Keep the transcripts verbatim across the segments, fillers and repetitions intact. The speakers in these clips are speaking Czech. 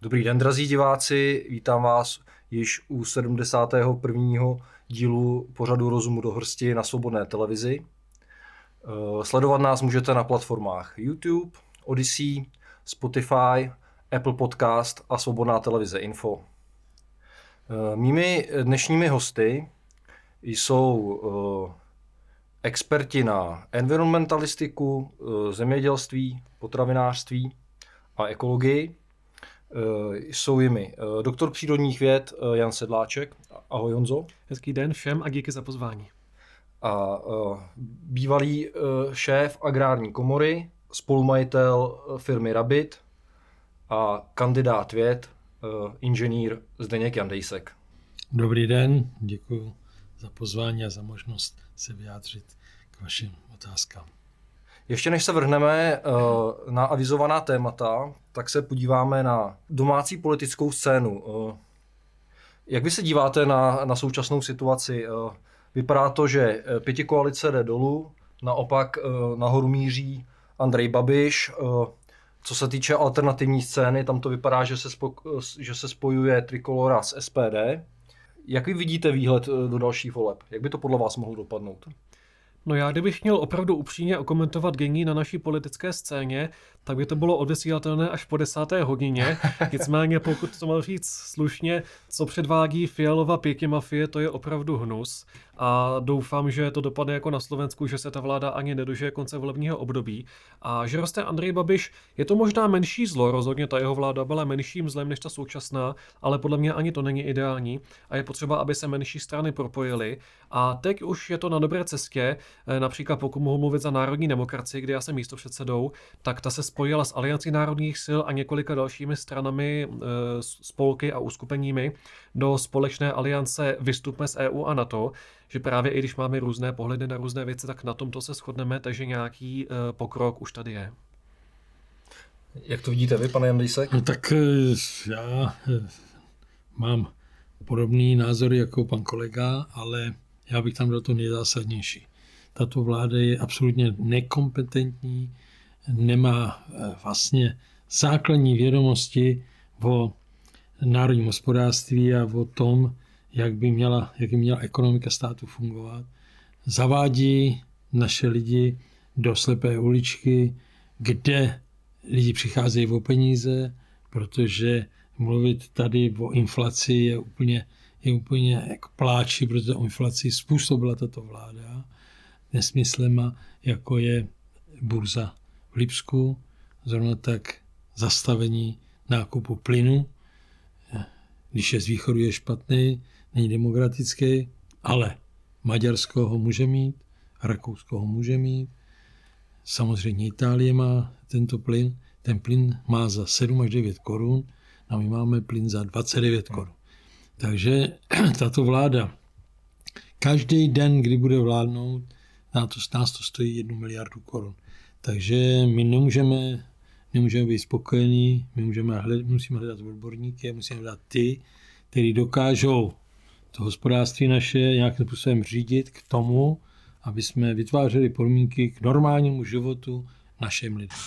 Dobrý den, drazí diváci, vítám vás již u sedmdesátého prvního dílu pořadu Rozumu do hrsti na Svobodné televizi. Sledovat nás můžete na platformách YouTube, Odyssey, Spotify, Apple Podcast a Svobodná televize Info. Mými dnešními hosty jsou experti na environmentalistiku, zemědělství, potravinářství a ekologii. Jsou jimi doktor přírodních věd Jan Sedláček. Ahoj Honzo. Hezký den všem a díky za pozvání. A bývalý šéf agrární komory, spolumajitel firmy Rabit a kandidát věd, inženýr Zdeněk Jandejsek. Dobrý den, děkuji za pozvání a za možnost se vyjádřit k vašim otázkám. Ještě než se vrhneme na avizovaná témata, tak se podíváme na domácí politickou scénu. Jak vy se díváte na, na současnou situaci? Vypadá to, že pětikoalice jde dolů, naopak nahoru míří Andrej Babiš. Co se týče alternativní scény, tam to vypadá, že se, spo, že se spojuje Trikolora s S P D. Jak vy vidíte výhled do dalších voleb? Jak by to podle vás mohlo dopadnout? No já kdybych měl opravdu upřímně okomentovat dění na naší politické scéně, tak by to bylo odvysílatelné až po desáté hodině. Nicméně pokud to mám říct slušně, co předvádí Fialova pětimafie, to je opravdu hnus. A doufám, že to dopadne jako na Slovensku, že se ta vláda ani nedožije konce volebního období. A že roste Andrej Babiš, je to možná menší zlo, rozhodně ta jeho vláda byla menším zlem než ta současná, ale podle mě ani to není ideální. A je potřeba, aby se menší strany propojily. A teď už je to na dobré cestě. Například pokud mohu mluvit za národní demokracii, kde já jsem místopředsedou, tak ta se spojila s Aliancí národních sil a několika dalšími stranami, spolky a uskupeními do společné aliance Vystupme z E U a NATO, že právě i když máme různé pohledy na různé věci, tak na tomto se shodneme, takže nějaký pokrok už tady je. Jak to vidíte vy, pane Jandejsek? No tak já mám podobný názor jako pan kolega, ale já bych tam dal to nejzásadnější. Tato vláda je absolutně nekompetentní, nemá vlastně základní vědomosti o národním hospodářství a o tom, jak by měla, jak by měla ekonomika státu fungovat. Zavádí naše lidi do slepé uličky, kde lidi přicházejí o peníze, protože mluvit tady o inflaci je úplně, je úplně jako pláči, protože o inflaci způsobila tato vláda nesmyslema, jako je burza v Lipsku, zrovna tak zastavení nákupu plynu, když je z východu, je špatný, není demokratický, ale Maďarsko ho může mít, Rakousko ho může mít, samozřejmě Itálie má tento plyn, ten plyn má za sedm až devět korun a my máme plyn za dvacet devět korun. Takže tato vláda každý den, kdy bude vládnout, nás to stojí jednu miliardu korun. Takže my nemůžeme, nemůžeme být spokojení, my můžeme hledat, musíme hledat odborníky, musíme hledat ty, kteří dokážou to hospodářství naše nějakým způsobem řídit k tomu, aby jsme vytvářeli podmínky k normálnímu životu našim lidem.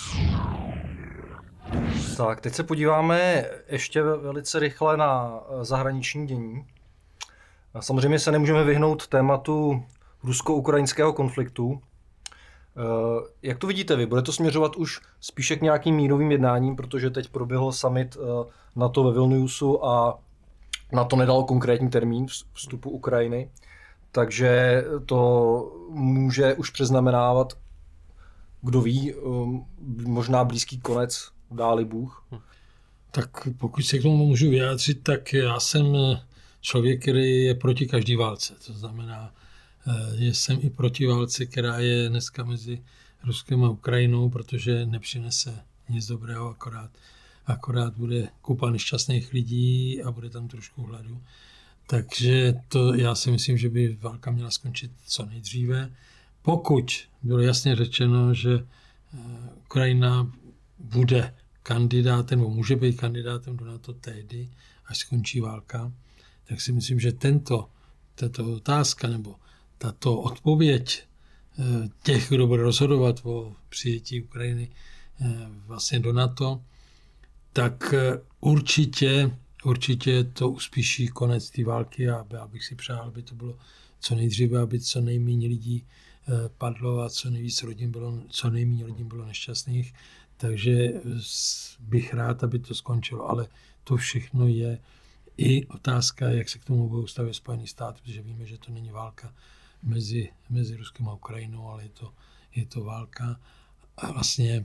Tak, teď se podíváme ještě velice rychle na zahraniční dění. Samozřejmě se nemůžeme vyhnout tématu rusko-ukrajinského konfliktu. Jak to vidíte vy? Bude to směřovat už spíše k nějakým mírovým jednáním, protože teď proběhl summit NATO ve Vilniusu a NATO nedal konkrétní termín vstupu Ukrajiny, takže to může už přeznamenávat, kdo ví, možná blízký konec, dáli Bůh. Tak pokud se k tomu můžu vyjádřit, tak já jsem člověk, který je proti každý válce. To znamená, že jsem i proti válce, která je dneska mezi Ruskem a Ukrajinou, protože nepřinese nic dobrého, akorát, akorát bude kupa nešťastných lidí a bude tam trošku hladu. Takže to já si myslím, že by válka měla skončit co nejdříve. Pokud bylo jasně řečeno, že Ukrajina bude kandidátem, nebo může být kandidátem do NATO tehdy, až skončí válka, tak si myslím, že tento, tato otázka nebo tato odpověď těch, kdo bude rozhodovat o přijetí Ukrajiny vlastně do NATO, tak určitě, určitě to uspíší konec té války a abych si přál, aby to bylo co nejdříve, aby co nejméně lidí padlo a co nejvíc rodin bylo, co nejméně rodin bylo nešťastných. Takže bych rád, aby to skončilo, ale to všechno je i otázka, jak se k tomu budou stavět Spojené státy, protože víme, že to není válka mezi, mezi Ruskem a Ukrajinou, ale je to, je to válka a vlastně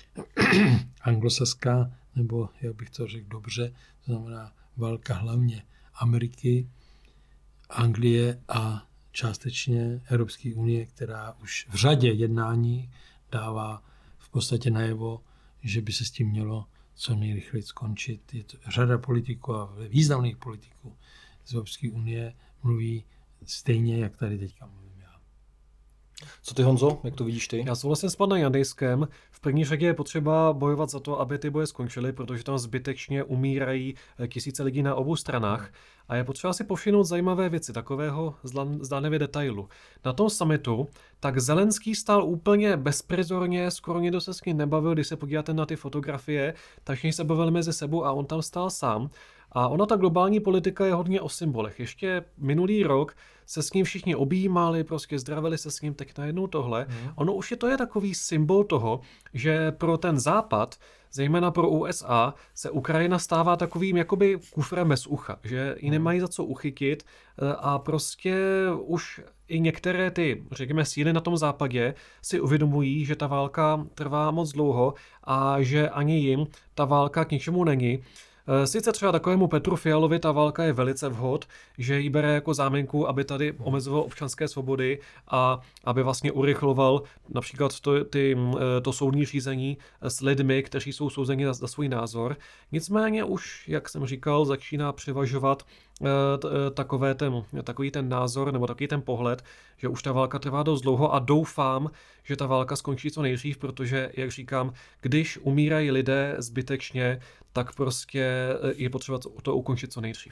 anglosaská, nebo jak bych to řekl dobře, to znamená válka hlavně Ameriky, Anglie a částečně Evropské unie, která už v řadě jednání dává v podstatě najevo, že by se s tím mělo co nejrychleji skončit. Je to řada politiků a významných politiků z Evropské unie mluví stejně, jak tady teďka mluvím já. Co ty, Honzo, jak to vidíš ty? Já souhlasím s panem Jandejskem. V první řadě je potřeba bojovat za to, aby ty boje skončily, protože tam zbytečně umírají tisíce lidí na obou stranách. A je potřeba si povšimnout zajímavé věci, takového zdánlivě detailu. Na tom summitu tak Zelenský stál úplně bezprizorně, skoro nikdo se s ním nebavil, když se podíváte na ty fotografie, tak všichni se bavili mezi sebou a on tam stál sám. A ona, ta globální politika je hodně o symbolech. Ještě minulý rok se s ním všichni objímali, prostě zdravili se s ním, teď najednou tohle. Hmm. Ono už je to je takový symbol toho, že pro ten západ, zejména pro U S A, se Ukrajina stává takovým jakoby kufrem bez ucha, že ji nemají za co uchytit a prostě už i některé ty, řekněme, síly na tom západě si uvědomují, že ta válka trvá moc dlouho a že ani jim ta válka k ničemu není. Sice třeba takovému Petru Fialovi ta válka je velice vhod, že ji bere jako záminku, aby tady omezoval občanské svobody a aby vlastně urychloval například to, ty, to soudní řízení s lidmi, kteří jsou souzeni za, za svůj názor. Nicméně už, jak jsem říkal, začíná převažovat takové ten, takový ten názor nebo takový ten pohled, že už ta válka trvá dost dlouho a doufám, že ta válka skončí co nejdřív, protože, jak říkám, když umírají lidé zbytečně, tak prostě je potřeba to ukončit co nejdřív.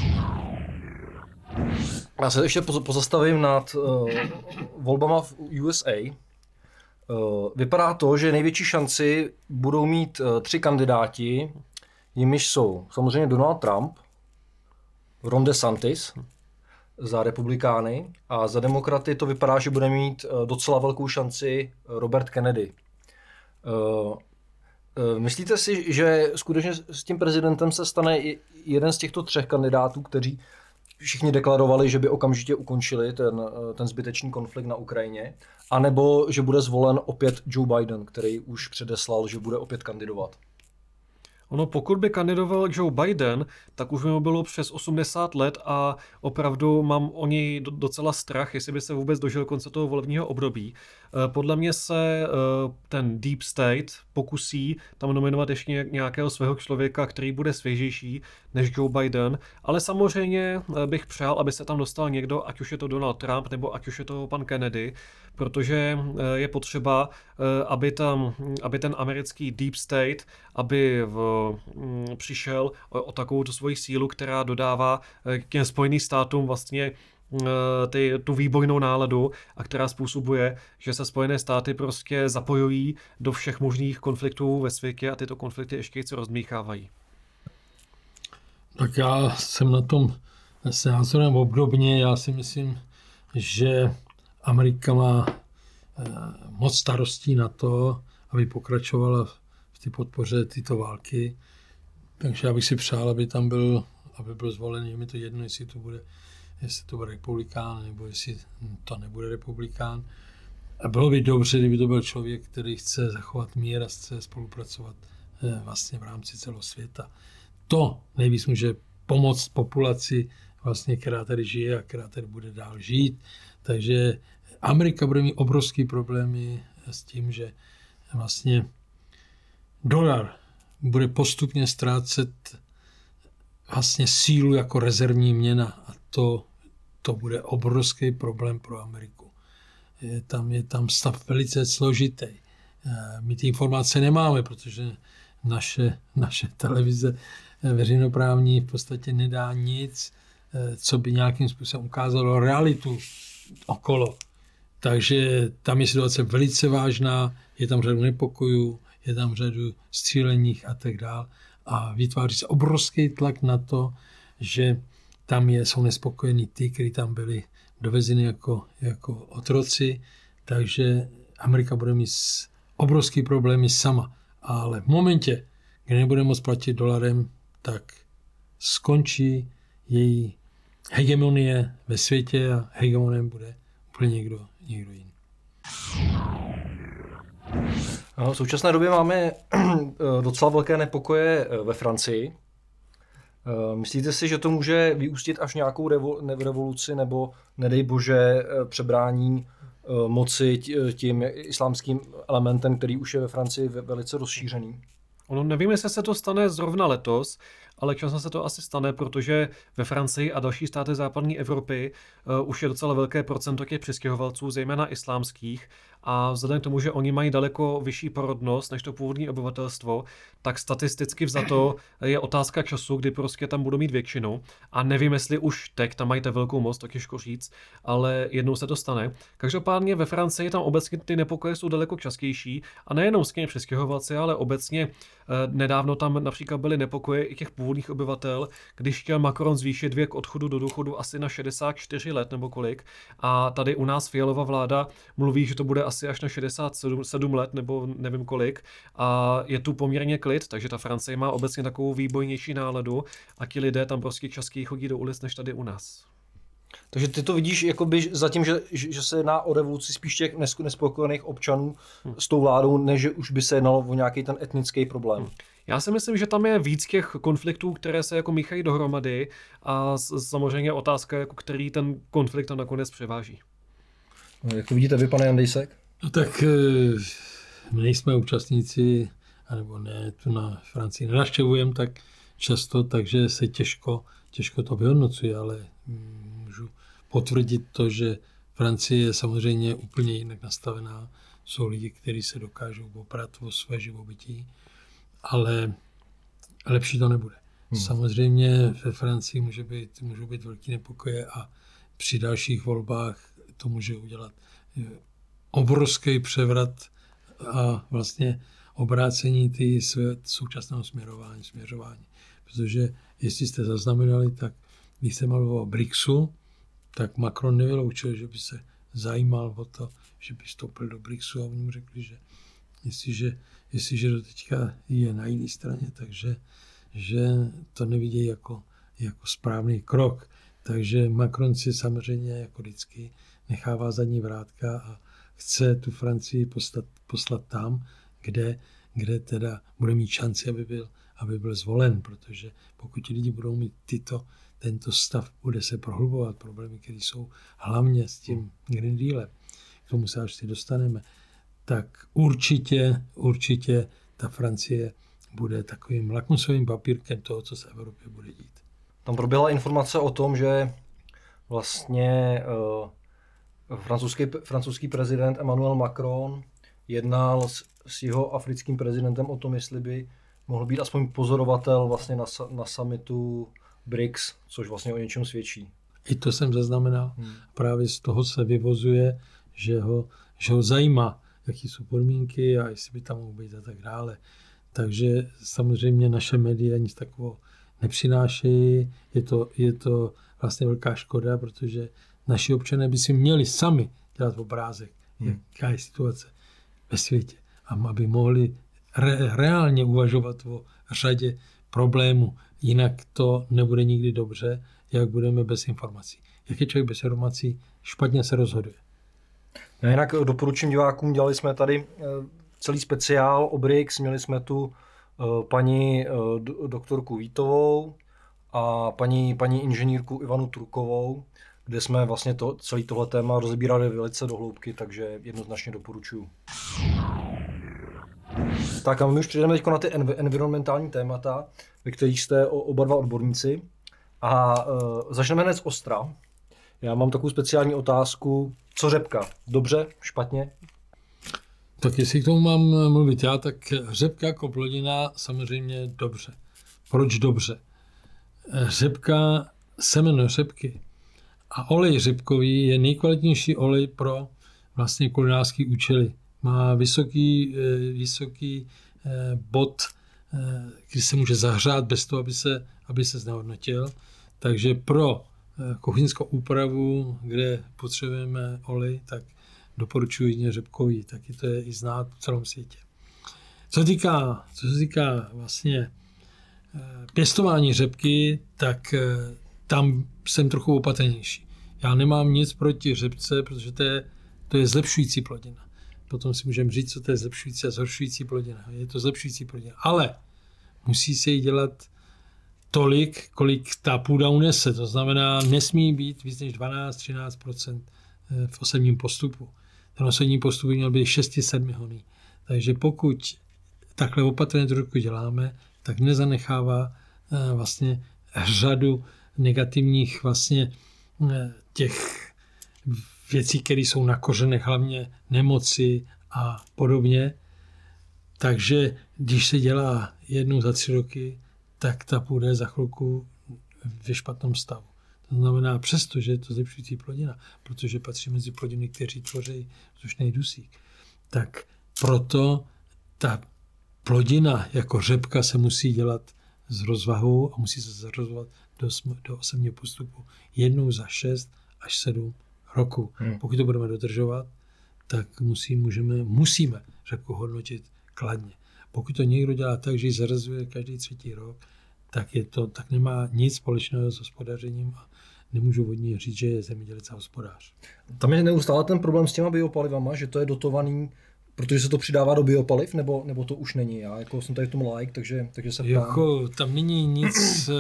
Já se ještě pozastavím nad uh, volbama v U S A. Uh, vypadá to, že největší šanci budou mít uh, tři kandidáti, jimiž jsou samozřejmě Donald Trump, Ron DeSantis za republikány a za demokraty to vypadá, že bude mít uh, docela velkou šanci Robert Kennedy. Uh, Myslíte si, že skutečně s tím prezidentem se stane jeden z těchto třech kandidátů, kteří všichni deklarovali, že by okamžitě ukončili ten, ten zbytečný konflikt na Ukrajině, anebo že bude zvolen opět Joe Biden, který už předeslal, že bude opět kandidovat? Ono, pokud by kandidoval Joe Biden, tak už by mu bylo přes osmdesát let a opravdu mám o něj docela strach, jestli by se vůbec dožil konce toho volebního období. Podle mě se ten Deep State pokusí tam nominovat ještě nějakého svého člověka, který bude svěžejší než Joe Biden, ale samozřejmě bych přál, aby se tam dostal někdo, ať už je to Donald Trump, nebo ať už je to pan Kennedy, protože je potřeba, aby, tam, aby ten americký Deep State, aby v, m, přišel o, o takovou tu svoji sílu, která dodává k těm Spojeným státům vlastně ty, tu výbojnou náladu a která způsobuje, že se Spojené státy prostě zapojují do všech možných konfliktů ve světě a tyto konflikty ještě více rozmíchávají. Tak já jsem na tom s názorem obdobně. Já si myslím, že Amerika má moc starostí na to, aby pokračovala v té podpoře této války. Takže já bych si přál, aby tam byl, aby byl zvolen, je mi to jedno, jestli to bude, jestli to bude republikán, nebo jestli to nebude republikán. A bylo by dobře, kdyby to byl člověk, který chce zachovat mír a chce spolupracovat vlastně v rámci celého světa. To nejvíc může pomoct populaci, vlastně, která tady žije a která tady bude dál žít. Takže Amerika bude mít obrovský problémy s tím, že vlastně dolar bude postupně ztrácet vlastně sílu jako rezervní měna a to, to bude obrovský problém pro Ameriku. Je tam, je tam stav velice složitý. My ty informace nemáme, protože naše, naše televize veřejnoprávní v podstatě nedá nic, co by nějakým způsobem ukázalo realitu okolo. Takže tam je situace velice vážná, je tam řadu nepokojů, je tam řadu stříleních a tak dále. a vytváří se obrovský tlak na to, že tam je, jsou nespokojení ty, kteří tam byli dovezeni jako, jako otroci, takže Amerika bude mít obrovský problémy sama. Ale v momentě, kdy nebude moct platit dolarem, tak skončí její hegemonie ve světě a hegemonem bude úplně někdo, někdo jiný. V současné době máme docela velké nepokoje ve Francii. Myslíte si, že to může vyústit až nějakou revoluci nebo nedej bože přebrání moci tím islámským elementem, který už je ve Francii velice rozšířený? Ono nevím, jestli se to stane zrovna letos, ale časem se to asi stane, protože ve Francii a další státy západní Evropy uh, už je docela velké procento těch přistěhovalců, zejména islámských, a vzhledem k tomu, že oni mají daleko vyšší porodnost než to původní obyvatelstvo, tak statisticky vzato je otázka času, kdy prostě tam budou mít většinu. A nevím, jestli už teď tam mají velkou moc, tak těžko říct, ale jednou se to stane. Každopádně ve Francii tam obecně ty nepokoje jsou daleko častější a nejenom s těmi přistěhovalci, ale obecně nedávno tam například byly nepokoje i těch původních obyvatel, když chtěl Macron zvýšit věk odchodu do důchodu asi na šedesát čtyři let nebo kolik. A tady u nás Fialova vláda mluví, že to bude asi až na šedesát sedm let nebo nevím kolik. A je tu poměrně klid, takže ta Francie má obecně takovou výbojnější náladu a ti lidé tam prostě častěji chodí do ulic než tady u nás. Takže ty to vidíš jakoby zatím, že, že se jedná o revoluci spíš těch nespokojených občanů hmm. s tou vládou, než že už by se jednalo o nějaký ten etnický problém. Hmm. Já si myslím, že tam je víc těch konfliktů, které se jako míchají dohromady a samozřejmě otázka, jako který ten konflikt tam nakonec převáží. No, jak to vidíte vy, pane Jandejsek? No tak my nejsme účastníci, anebo ne, tu na Francii nenavštěvujeme tak často, takže se těžko, těžko to vyhodnocuje, ale můžu potvrdit to, že Francie je samozřejmě úplně jinak nastavená. Jsou lidi, kteří se dokážou oprat o své živobytí, ale lepší to nebude. Hmm. Samozřejmě ve Francii může být, můžou být velký nepokoje a při dalších volbách to může udělat obrovský převrat a vlastně obrácení ty své současného směrování, směřování. Protože jestli jste zaznamenali, tak když se mluvilo o BRICSu, tak Macron nevyloučil, že by se zajímal o to, že by vstoupil do BRICSu a oni mu řekli, že jestliže, jestliže do teďka je na jiné straně, takže že to nevidějí jako, jako správný krok. Takže Macron si samozřejmě jako vždycky nechává zadní vrátka a chce tu Francii poslat, poslat tam, kde, kde teda bude mít šanci, aby byl, aby byl zvolen, protože pokud ti lidi budou mít tyto, tento stav, bude se prohlubovat problémy, které jsou hlavně s tím Green Dealem, k tomu se až si dostaneme, tak určitě, určitě ta Francie bude takovým lakmusovým papírkem toho, co se v Evropě bude dít. Tam proběhla informace o tom, že vlastně uh, francouzský, francouzský prezident Emmanuel Macron jednal s, s jeho africkým prezidentem o tom, jestli by mohl být aspoň pozorovatel vlastně na, na summitu BRICS, což vlastně o něčem svědčí. I to jsem zaznamenal. Hmm. Právě z toho se vyvozuje, že ho, že ho zajímá, jaký jsou podmínky a jestli by tam mohl být a tak dále. Takže samozřejmě naše média nic takového nepřinášejí. Je to, je to vlastně velká škoda, protože naši občané by si měli sami dělat obrázek, hmm. jaká je situace ve světě. A aby mohli re, reálně uvažovat o řadě problémů. Jinak to nebude nikdy dobře, jak budeme bez informací. Jak je člověk bez informací, špatně se rozhoduje. No, jinak doporučím divákům, dělali jsme tady celý speciál o BRICS, měli jsme tu paní doktorku Vítovou a paní, paní inženýrku Ivanu Turkovou, kde jsme vlastně to, celý tohle téma rozebírali velice do hloubky, takže jednoznačně doporučuji. Tak a my už přejdeme teď na ty environmentální témata, ve kterých jste oba dva odborníci. A uh, začneme hned z ostra. Já mám takovou speciální otázku. Co řepka? Dobře? Špatně? Tak jestli k tomu mám mluvit já, tak řepka jako plodina samozřejmě dobře. Proč dobře? Řepka, semeno řepky a olej řepkový je nejkvalitnější olej pro vlastně kulinářský účely. Má vysoký, vysoký bod kdy se může zahřát bez toho, aby se, aby se znehodnotil. Takže pro kuchyňskou úpravu, kde potřebujeme olej, tak doporučuji jedině řepkový, taky to je i znát v celém světě. Co, týká, co se týká vlastně pěstování řepky, tak tam jsem trochu opatrnější. Já nemám nic proti řepce, protože to je, to je zlepšující plodina. Potom si můžeme říct, co to je zlepšující a zhoršující plodina. Je to zlepšující plodina. Ale musí se jí dělat tolik, kolik ta půda unese. To znamená, nesmí být víc než dvanáct až třináct procent v osevním postupu. Ten osevní postup by měl být šest až sedm honý. Takže pokud takhle opatrně trošku děláme, tak nezanechává vlastně řadu negativních vlastně těch věcí, které jsou na kořenech, hlavně nemoci a podobně. Takže když se dělá jednou za tři roky, tak ta půda je za chvilku ve špatném stavu. To znamená přesto, že je to zlepšující plodina, protože patří mezi plodiny, které tvoří vzdušný dusík, tak proto ta plodina jako řepka se musí dělat s rozvahou a musí se zarozovat do, do osevního postupu jednou za šest až sedm roku. Hmm. Pokud to budeme dodržovat, tak musí, můžeme, musíme řepku hodnotit kladně. Pokud to někdo dělá tak, že ji zarazuje každý třetí rok, tak, je to, tak nemá nic společného s hospodařením a nemůžu od ní říct, že je zemědělec a hospodář. Tam je neustále ten problém s těma biopalivama, že to je dotovaný, protože se to přidává do biopaliv, nebo, nebo to už není. Já jako jsem tady v tom like, takže, takže se ptám. Jako, tam není nic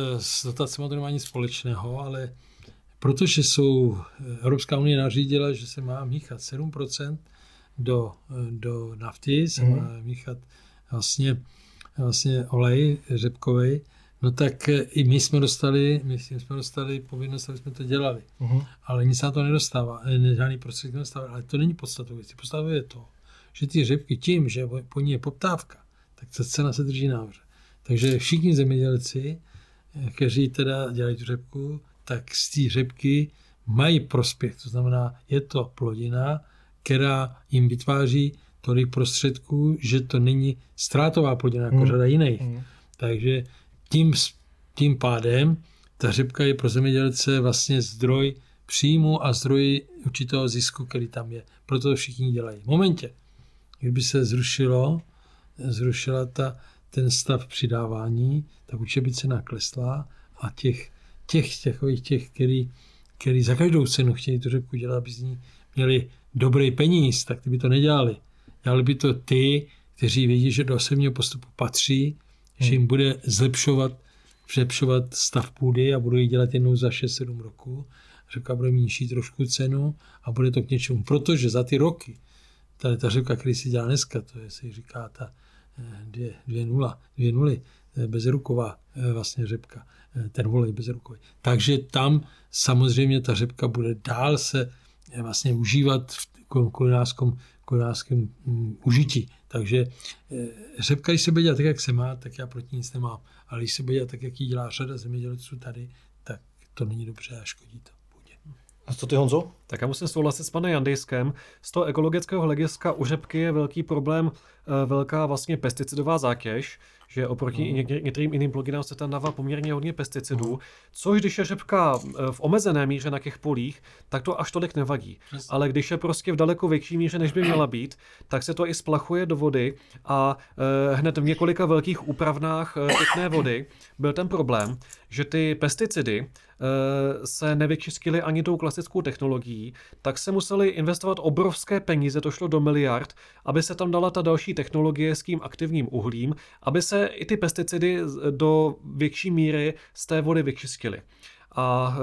s dotacemi, to nemá nic společného, ale protože jsou, Evropská unie nařídila, že se má míchat sedm procent do, do nafty, se mm. má míchat vlastně, vlastně olej řepkovej, no tak i my jsme dostali, my jsme dostali povinnost, aby jsme to dělali. Mm. Ale nic na to nedostává, žádný prostředek nedostává, ale to není podstatou věci. Podstatou je to, že ty řepky tím, že po ní je poptávka, tak ta cena se drží nahoře. Takže všichni zemědělci, kteří teda dělají tu řepku, tak z té řepky mají prospěch. To znamená, je to plodina, která jim vytváří tolik prostředků, že to není ztrátová plodina jako mm. řada jiných. Mm. Takže tím, tím pádem ta řepka je pro zemědělce vlastně zdroj příjmu a zdroj určitého zisku, který tam je. Proto to všichni dělají. V momentě, kdyby se zrušilo, zrušila ta, ten stav přidávání, tak určitě by cena klesla a těch těch, těch, těch který, který za každou cenu chtějí tu řepku dělat, aby z ní měli dobrý peníz, tak ty by to nedělali. Dělali by to ty, kteří vědí, že do osevního postupu patří, hmm. že jim bude zlepšovat, zlepšovat stav půdy a budou ji dělat jednou za šest sedm roků. Řepka bude mít nižší trošku cenu a bude to k něčemu. Protože za ty roky, tady ta řepka, který se dělá dneska, to je, se říká ta dvě, dvě, nula, dvě nuly, bezruková vlastně řepka, ten volej bezrukový. Takže tam samozřejmě ta řepka bude dál se vlastně užívat v kulinářském, kulinářském užití. Takže řepka, když se bude dělat tak, jak se má, tak já proti nic nemám. Ale když se bude dělat tak, jak ji dělá řada zemědělců tady, tak to není dobře a škodí to. A co ty, Honzo? Tak já musím souhlasit s panem Jandejskem. Z toho ekologického hlediska u řepky je velký problém, velká vlastně pesticidová zátěž, že oproti no. některým jiným plodinám se tam dává poměrně hodně pesticidů, no. což když je řepka v omezené míře na těch polích, tak to až tolik nevadí. Přesně. Ale když je prostě v daleko větší míře, než by měla být, tak se to i splachuje do vody a eh, hned v několika velkých úpravnách eh, pitné vody byl ten problém, že ty pesticidy eh, se nevyčistily ani tou klasickou technologií, tak se museli investovat obrovské peníze, to šlo do miliard, aby se tam dala ta další technologie s tím aktivním uhlím, aby se i ty pesticidy do větší míry z té vody vyčistily. A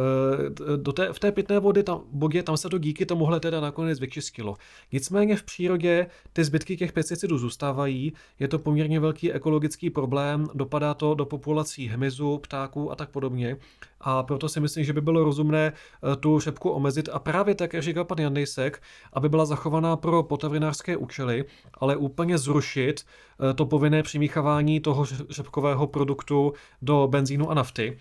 do té, v té pitné vody tam, bodě, tam se to díky tomuhle teda nakonec vyčistilo. Nicméně v přírodě ty zbytky těch pesticidů zůstávají, je to poměrně velký ekologický problém, dopadá to do populací hmyzu, ptáků a tak podobně. A proto si myslím, že by bylo rozumné tu řepku omezit a právě tak, jak říkal pan Jandejsek, aby byla zachovaná pro potravinářské účely, ale úplně zrušit to povinné přimíchávání toho řepkového produktu do benzínu a nafty.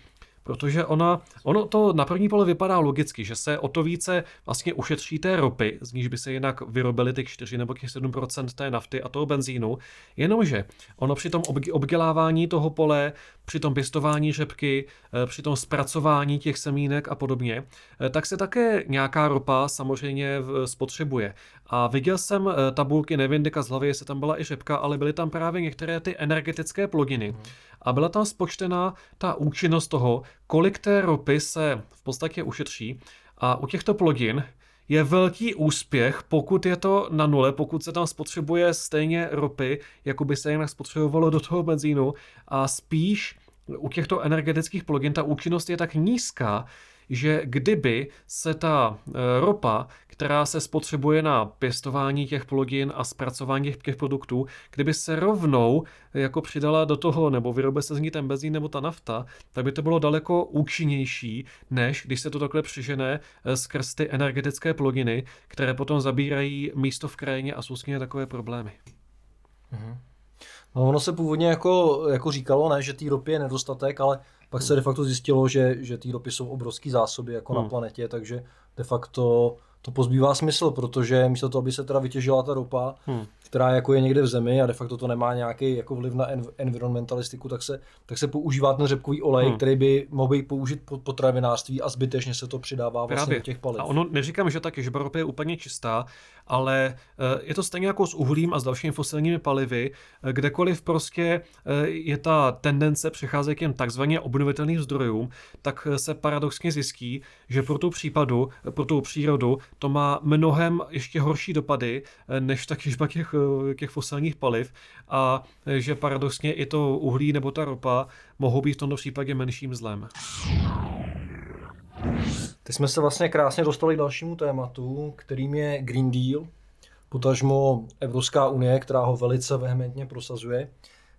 protože ona, ono to na první pohled vypadá logicky, že se o to více vlastně ušetří té ropy, z níž by se jinak vyrobily ty čtyři nebo těch sedm procent té nafty a toho benzínu, jenomže ono při tom obdělávání toho pole, při tom pěstování řepky, při tom zpracování těch semínek a podobně, tak se také nějaká ropa samozřejmě spotřebuje. A viděl jsem tabulky, nevím deka z hlavy, jestli tam byla i řepka, ale byly tam právě některé ty energetické pluginy. A byla tam spočtená ta účinnost toho, kolik té ropy se v podstatě ušetří. A u těchto plugin je velký úspěch, pokud je to na nule, pokud se tam spotřebuje stejně ropy, jako by se jinak spotřebovalo do toho benzínu. A spíš u těchto energetických plugin ta účinnost je tak nízká, že kdyby se ta ropa, která se spotřebuje na pěstování těch plodin a zpracování těch produktů, kdyby se rovnou jako přidala do toho, nebo vyrobe se z ní ten benzín nebo ta nafta, tak by to bylo daleko účinnější, než když se to takhle přižene skrz ty energetické pluginy, které potom zabírají místo v krajině a jsou s nimi takové problémy. Mhm. No, ono se původně jako, jako říkalo, ne, že té ropy je nedostatek, ale pak se de facto zjistilo, že, že té ropy jsou obrovské zásoby jako hmm. na planetě, takže de facto to pozbývá smysl, protože místo toho, aby se teda vytěžila ta ropa, hmm. která jako je někde v zemi a de facto to nemá nějaký jako vliv na env- environmentalistiku, tak se, tak se používá ten řepkový olej, hmm. který by mohl být použit po potravinářství a zbytečně se to přidává vlastně Právě. do těch paliv. A ono, neříkám, že ta těžba ropy je úplně čistá, ale je to stejně jako s uhlím a s dalšími fosilními palivy, kdekoliv prostě je ta tendence přecházet k těm takzvaně obnovitelným zdrojům, tak se paradoxně zjistí, že pro tu případu, pro tu přírodu to má mnohem ještě horší dopady, než ta těžba těch, těch fosilních paliv a že paradoxně i to uhlí nebo ta ropa mohou být v tomto případě menším zlem. Teď jsme se vlastně krásně dostali k dalšímu tématu, kterým je Green Deal, potažmo Evropská unie, která ho velice vehementně prosazuje.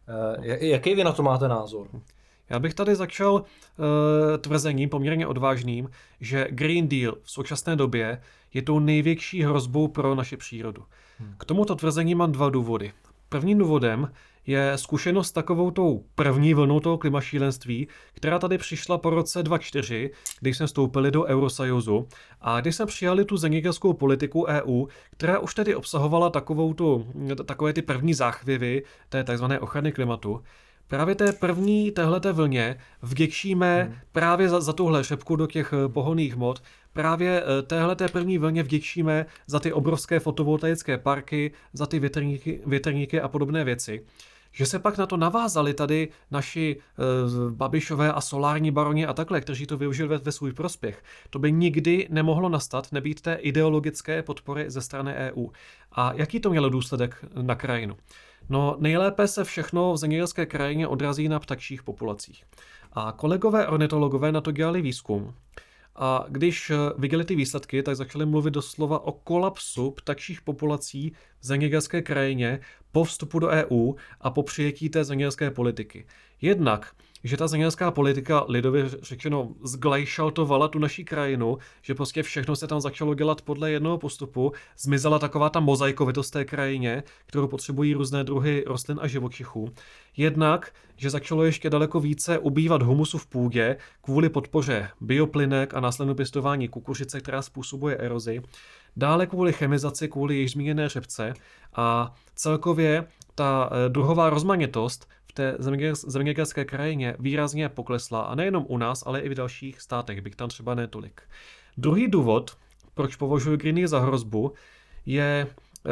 Jaký vy na to máte názor? Já bych tady začal uh, tvrzením poměrně odvážným, že Green Deal v současné době je tou největší hrozbou pro naši přírodu. Hmm. K tomuto tvrzení mám dva důvody. Prvním důvodem je zkušenost s takovou tou první vlnou toho klimašílenství, která tady přišla po roce dva tisíce čtyři, když jsme vstoupili do Eurosojuzu a když jsme přijali tu zemědělskou politiku E U, která už tedy obsahovala takovou tu, takové ty první záchvěvy té tzv. Ochrany klimatu. Právě té první téhleté vlně vděčíme hmm. právě za, za tuhle řepku do těch pohonných hmot, právě téhleté první vlně vděčíme za ty obrovské fotovoltaické parky, za ty větrníky, větrníky a podobné věci. Že se pak na to navázali tady naši e, Babišové a solární baroni a takhle, kteří to využili ve, ve svůj prospěch. To by nikdy nemohlo nastat, nebýt té ideologické podpory ze strany E U. A jaký to mělo důsledek na krajinu? No nejlépe se všechno v zemědělské krajině odrazí na ptačích populacích. A kolegové ornitologové na to dělali výzkum. A když viděli ty výsledky, tak začali mluvit doslova o kolapsu ptačích populací v zemědělské krajině po vstupu do E U a po přijetí té zemědělské politiky. Jednak, že ta zemědělská politika lidově řečeno zglajšaltovala tu naší krajinu, že prostě všechno se tam začalo dělat podle jednoho postupu, zmizela taková ta mozaikovitost té krajině, kterou potřebují různé druhy rostlin a živočichů. Jednak, že začalo ještě daleko více ubývat humusu v půdě kvůli podpoře bioplynek a následnému pěstování kukuřice, která způsobuje erozi. Dále kvůli chemizaci, kvůli již zmíněné řepce a celkově ta druhová rozmanitost v té zemědělské krajině výrazně poklesla a nejenom u nás, ale i v dalších státech, byť tam třeba ne tolik. Druhý důvod, proč považuji Green Deal za hrozbu, je,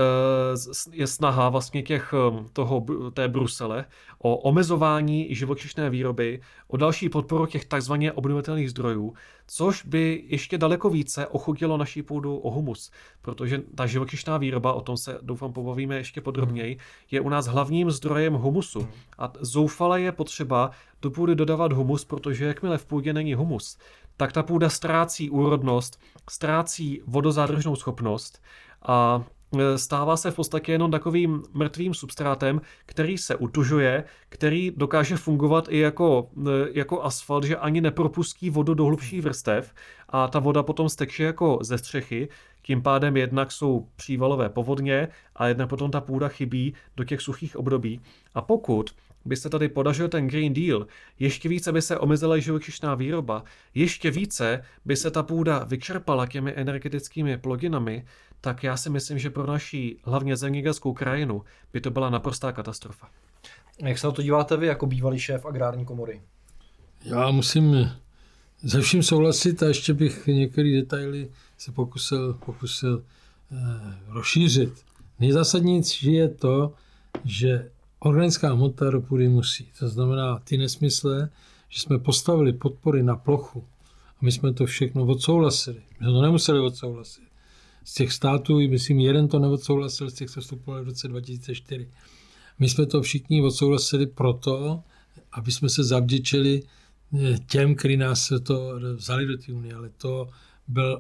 je snaha vlastně těch, toho, té Brusele o omezování živočišné výroby, o další podporu těch takzvaně obnovitelných zdrojů, což by ještě daleko více ochutilo naší půdu o humus, protože ta živočišná výroba, o tom se doufám pobavíme ještě podrobněji, je u nás hlavním zdrojem humusu a zoufale je potřeba do půdy dodávat humus, protože jakmile v půdě není humus, tak ta půda ztrácí úrodnost, ztrácí vodozádržnou schopnost a stává se v podstatě jenom takovým mrtvým substrátem, který se utužuje, který dokáže fungovat i jako, jako asfalt, že ani nepropustí vodu do hlubších vrstev a ta voda potom steče jako ze střechy, Tím pádem jednak jsou přívalové povodně a jednak potom ta půda chybí do těch suchých období. A pokud by se tady podařil ten Green Deal, ještě více by se omezila živočišná výroba, ještě více by se ta půda vyčerpala těmi energetickými plodinami, tak já si myslím, že pro naší hlavně zemědělskou krajinu by to byla naprostá katastrofa. Jak se na to díváte vy jako bývalý šéf agrární komory? Já musím se vším souhlasit a ještě bych některé detaily se pokusil, pokusil eh, rozšířit. Nejzásadnější je to, že organická hmota do půdy musí. To znamená ty nesmysly, že jsme postavili podpory na plochu a my jsme to všechno odsouhlasili. My jsme to nemuseli odsouhlasit. Z těch států, myslím, jeden to neodsouhlasil, z těch se vstupovali v roce dva tisíce čtyři. My jsme to všichni odsouhlasili proto, aby jsme se zavděčili těm, kteří nás to vzali do té unie, ale to byl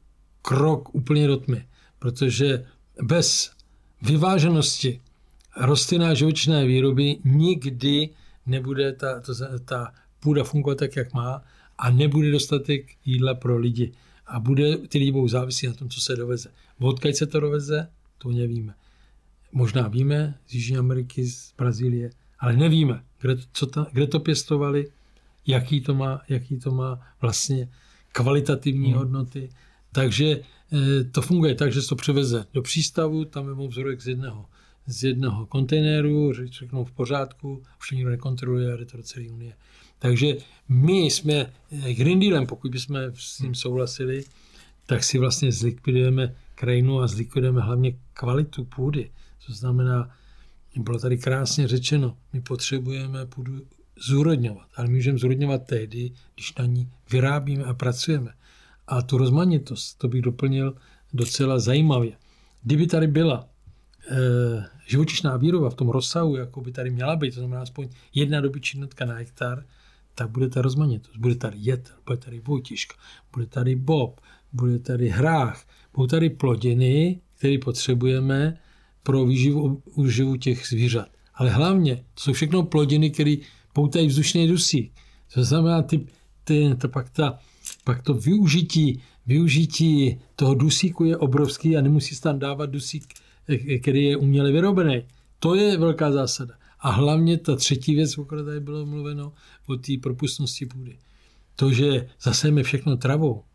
krok úplně do tmy, protože bez vyváženosti rostlinné a živočišné výroby nikdy nebude ta, to, ta půda fungovat tak, jak má a nebude dostatek jídla pro lidi. A bude, ty lidi budou závislí na tom, co se doveze. Odkud se to doveze, to nevíme. Možná víme z Jižní Ameriky, z Brazílie, ale nevíme, kde, co ta, kde to pěstovali, jaký to má, jaký to má vlastně kvalitativní hmm. hodnoty. Takže e, to funguje tak, že se to převeze do přístavu, tam je vzorek z jednoho, z jednoho kontejneru, řeknou v pořádku, už to nikdo nekontroluje a jde to do celé unie. Takže my jsme Green Dealem, pokud bychom s tím souhlasili, tak si vlastně zlikvidujeme krajinu a zlikvidujeme hlavně kvalitu půdy. To znamená, bylo tady krásně řečeno, my potřebujeme půdu zúrodňovat, ale my můžeme zúrodňovat tehdy, když na ní vyrábíme a pracujeme. A tu rozmanitost, to bych doplnil docela zajímavě. Kdyby tady byla e, živočišná výroba v tom rozsahu, jako by tady měla být, to znamená aspoň jedna dobytčí jednotka na hektar, tak bude ta rozmanitost. Bude tady jetel, bude tady vojtiška, bude tady bob, bude tady hrách, budou tady plodiny, které potřebujeme pro výživu uživu těch zvířat. Ale hlavně to jsou všechno plodiny, které poutají vzdušný dusík. To znamená, ty, ty, to pak, ta, pak to využití, využití toho dusíku je obrovský a nemusí se tam dávat dusík, který je uměle vyrobený. To je velká zásada. A hlavně ta třetí věc, o které tady bylo mluveno, o té propustnosti půdy. To, že zasejeme všechno travou,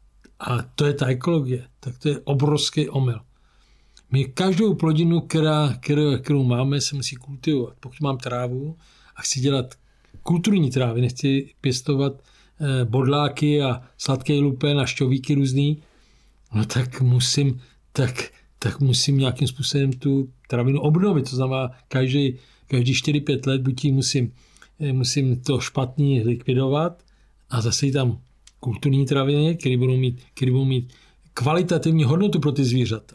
a to je ta ekologie, tak to je obrovský omyl. My každou plodinu, která, kterou, kterou máme, se musí kultivovat. Pokud mám trávu a chci dělat kulturní trávy, nechci pěstovat eh, bodláky a sladký lupen a šťovíky různý, no tak musím, tak, tak musím nějakým způsobem tu travinu obnovit. To znamená, každý, každý čtyři pět let buď musím, eh, musím to špatný likvidovat a zase tam kulturní traviny, které budou mít, které budou mít kvalitativní hodnotu pro ty zvířata.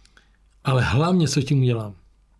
Ale hlavně, co tím udělám?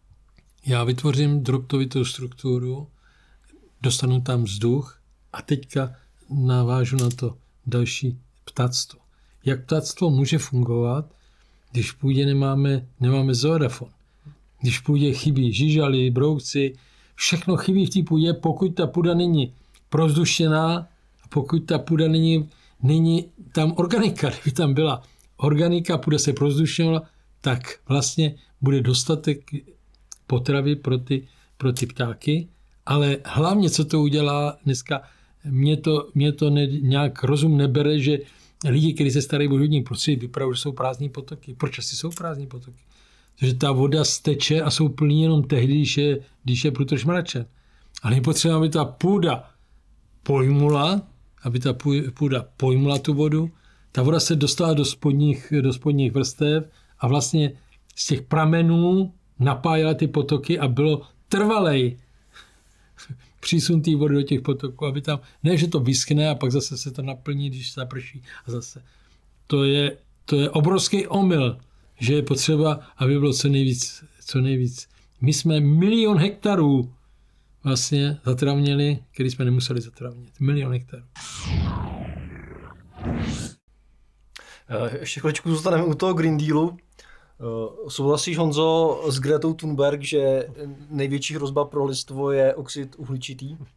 Já vytvořím droptovitou strukturu, dostanu tam vzduch a teďka navážu na to další ptactvo. Jak ptactvo může fungovat, když v půdě nemáme, nemáme zoodafon? Když v půdě chybí žižaly, broukci, všechno chybí v té půdě, pokud ta půda není provzdušená a pokud ta půda není, není tam organika. Kdyby tam byla organika, půda se provzdušňovala, tak vlastně bude dostatek potravy pro ty, pro ty ptáky, ale hlavně, co to udělá dneska, mě to, mě to ne, nějak rozum nebere, že lidi, kteří se starají o životní prostředí, vypravují, že jsou prázdní potoky. Proč asi jsou prázdní potoky? Protože ta voda steče a jsou plný jenom tehdy, když je, když je průtoč mračen. Ale my potřebujeme, aby ta půda pojmula, aby ta půda pojmula tu vodu, ta voda se dostala do spodních, do spodních vrstev a vlastně z těch pramenů napájela ty potoky a bylo trvalej přísun té vody do těch potoků, aby tam, ne, že to vyschne a pak zase se to naplní, když se zaprší a zase. To je, to je obrovský omyl, že je potřeba, aby bylo co nejvíc, co nejvíc. My jsme milion hektarů vlastně zatravnili, který jsme nemuseli zatravnit. Milion hektarů. Ještě chvíličku zůstaneme u toho Green Dealu. Souhlasíš, Honzo, s Gretou Thunberg, že největší hrozba pro lidstvo je oxid uhličitý?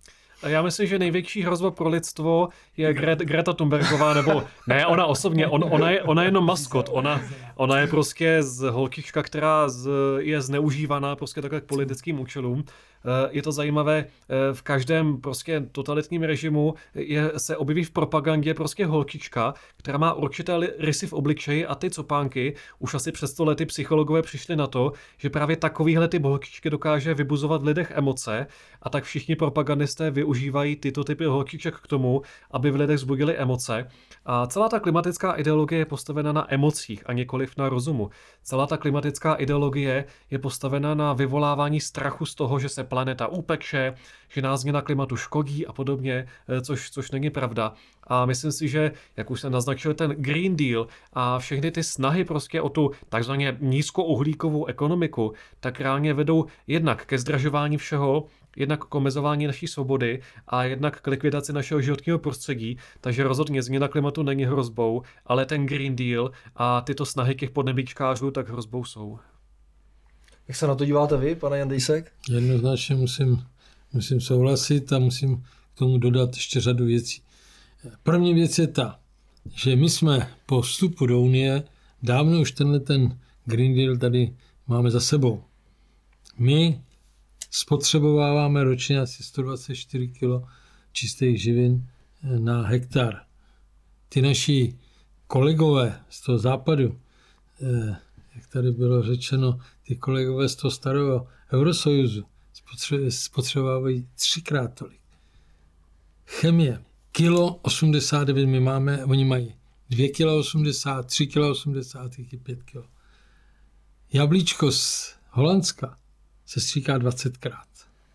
Já myslím, že největší hrozba pro lidstvo je Gre- Greta Thunbergová, nebo ne, ona osobně, on, ona, je, ona je jenom maskot, ona, ona je prostě z holčička, která z, je zneužívaná prostě takhle k politickým účelům. Je to zajímavé, v každém prostě totalitním režimu je, se objeví v propagandě prostě holčička, která má určité rysy v obličeji a ty copánky, už asi před sto lety psychologové přišli na to, že právě takovýhle typ holčičky dokáže vybuzovat v lidech emoce a tak všichni propagandisté využívají tyto typy holčiček k tomu, aby v lidech vzbudili emoce. A celá ta klimatická ideologie je postavena na emocích a nikoliv na rozumu. Celá ta klimatická ideologie je postavena na vyvolávání strachu z toho, že se planeta upeče, že nás změna klimatu škodí a podobně, což, což není pravda. A myslím si, že, jak už jsem naznačil, ten Green Deal a všechny ty snahy prostě o tu takzvaně nízkouhlíkovou ekonomiku, tak reálně vedou jednak ke zdražování všeho, jednak k omezování naší svobody a jednak k likvidaci našeho životního prostředí, takže rozhodně změna klimatu není hrozbou, ale ten Green Deal a tyto snahy těch podnebíčkářů tak hrozbou jsou. Jak se na to díváte vy, pane Jandejsek? Jednoznačně musím, musím souhlasit a musím k tomu dodat ještě řadu věcí. První věc je ta, že my jsme po vstupu do Unie dávno už tenhle ten Green Deal tady máme za sebou. My spotřebováváme ročně asi sto dvacet čtyři kilo čistých živin na hektar. Ty naši kolegové z toho západu, jak tady bylo řečeno, ty kolegové z toho starého Eurosojuzu spotřebovávají třikrát tolik. Chemie, kilo osmdesát devět my máme, oni mají dvě kila osmdesát, tři kila osmdesát, pět kilo. Jablíčko z Holandska se stříká dvacetkrát.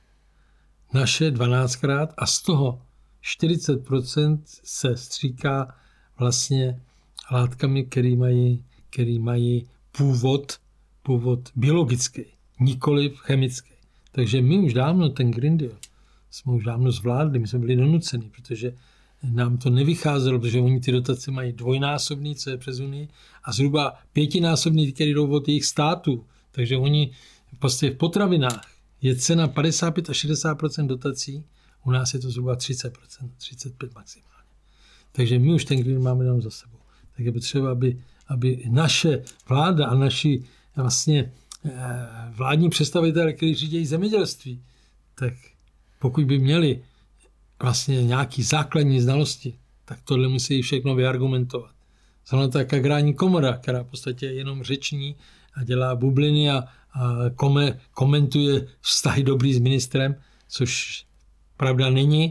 Naše dvanáctkrát a z toho čtyřicet procent se stříká vlastně látkami, které mají, který mají původ, původ biologický, nikoliv chemický. Takže my už dávno ten Green Deal jsme už dávno zvládli, my jsme byli donuceni, protože nám to nevycházelo, protože oni ty dotace mají dvojnásobný, co je přes Unii, a zhruba pětinásobný, který jdou od jejich států. Takže oni prostě v potravinách je cena padesát pět až šedesát procent dotací, u nás je to zhruba třicet procent, třicet pět procent maximálně. Takže my už ten Green máme tam za sebou. Tak je potřeba, aby, aby naše vláda a naši vlastně vládní představitelé, kteří řídí zemědělství, tak pokud by měli vlastně nějaký základní znalosti, tak tohle musí všechno vyargumentovat. Znamená tak agrární komora, která v podstatě jenom řeční a dělá bubliny a, a kome, komentuje vztahy dobrý s ministrem, což pravda není.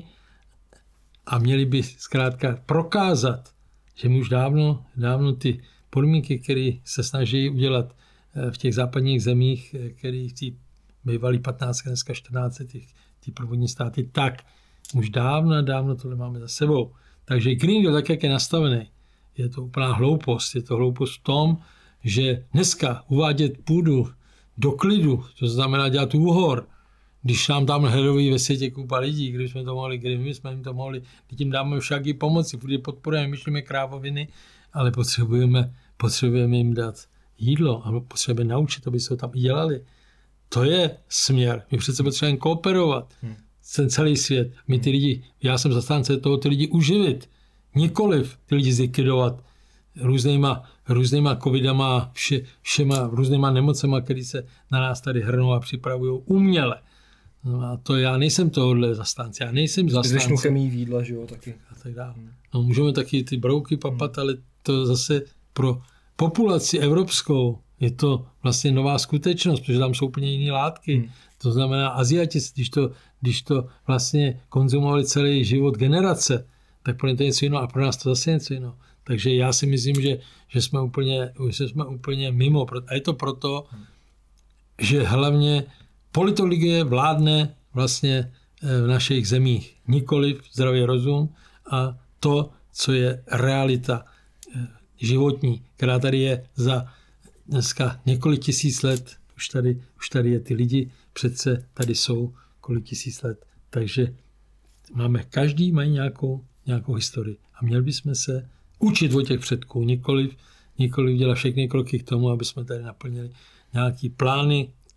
A měli by zkrátka prokázat, že my už dávno, dávno ty podmínky, které se snaží udělat v těch západních zemích, které ty bývaly patnáct, dneska čtrnáct, ty, ty průvodní státy, tak už dávno, dávno tohle máme za sebou. Takže Green Deal, tak jak je nastavený, je to úplná hloupost. Je to hloupost v tom, že dneska uvádět půdu do klidu, to znamená dělat úhor, když nám tam hledový ve světě koupa lidí, když jsme to mohli, když my jsme jim to mohli, když jim dáme však i pomoci, protože podporujeme, myšlíme krávoviny, ale potřebujeme, potřebujeme jim dát jídlo a potřebujeme naučit, aby se to tam i dělali. To je směr. My přece potřebujeme kooperovat. Hmm. Ten celý svět. My ty lidi, já jsem zastánce toho, ty lidi uživit. Nikoliv ty lidi zlikvidovat různýma, různýma covidama, vše, všema různýma nemocema, které se na nás tady hrnou a připravují uměle. No a to já nejsem tohohle zastánce. Já nejsem zastánce. Zbytečnou chemii v jídle, že jo, taky. A tak dále. No, můžeme taky ty brouky papat, hmm. ale to zase pro populaci evropskou je to vlastně nová skutečnost, protože tam jsou úplně jiné látky. Hmm. To znamená, Aziati, když to, když to vlastně konzumovali celý život generace, tak pro ně to je něco jiného a pro nás to zase něco jiného. Takže já si myslím, že, že, jsme, úplně, že jsme úplně mimo. A je to proto, hmm. že hlavně politologie vládne vlastně v našich zemích. Nikoliv zdravý rozum a to, co je realita životní, která tady je za dneska několik tisíc let, už tady, už tady je ty lidi, přece tady jsou kolik tisíc let. Takže máme, každý mají nějakou, nějakou historii. A měli bychom se učit od těch předků, nikoliv, nikoliv dělat všechny kroky k tomu, aby jsme tady naplnili nějaký plány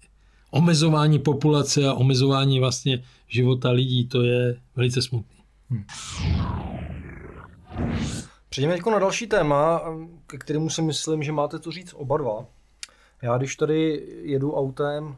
omezování populace a omezování vlastně života lidí, to je velice smutné. Hmm. Přejdeme teď na další téma, ke kterému si myslím, že máte co říct oba dva. Já když tady jedu autem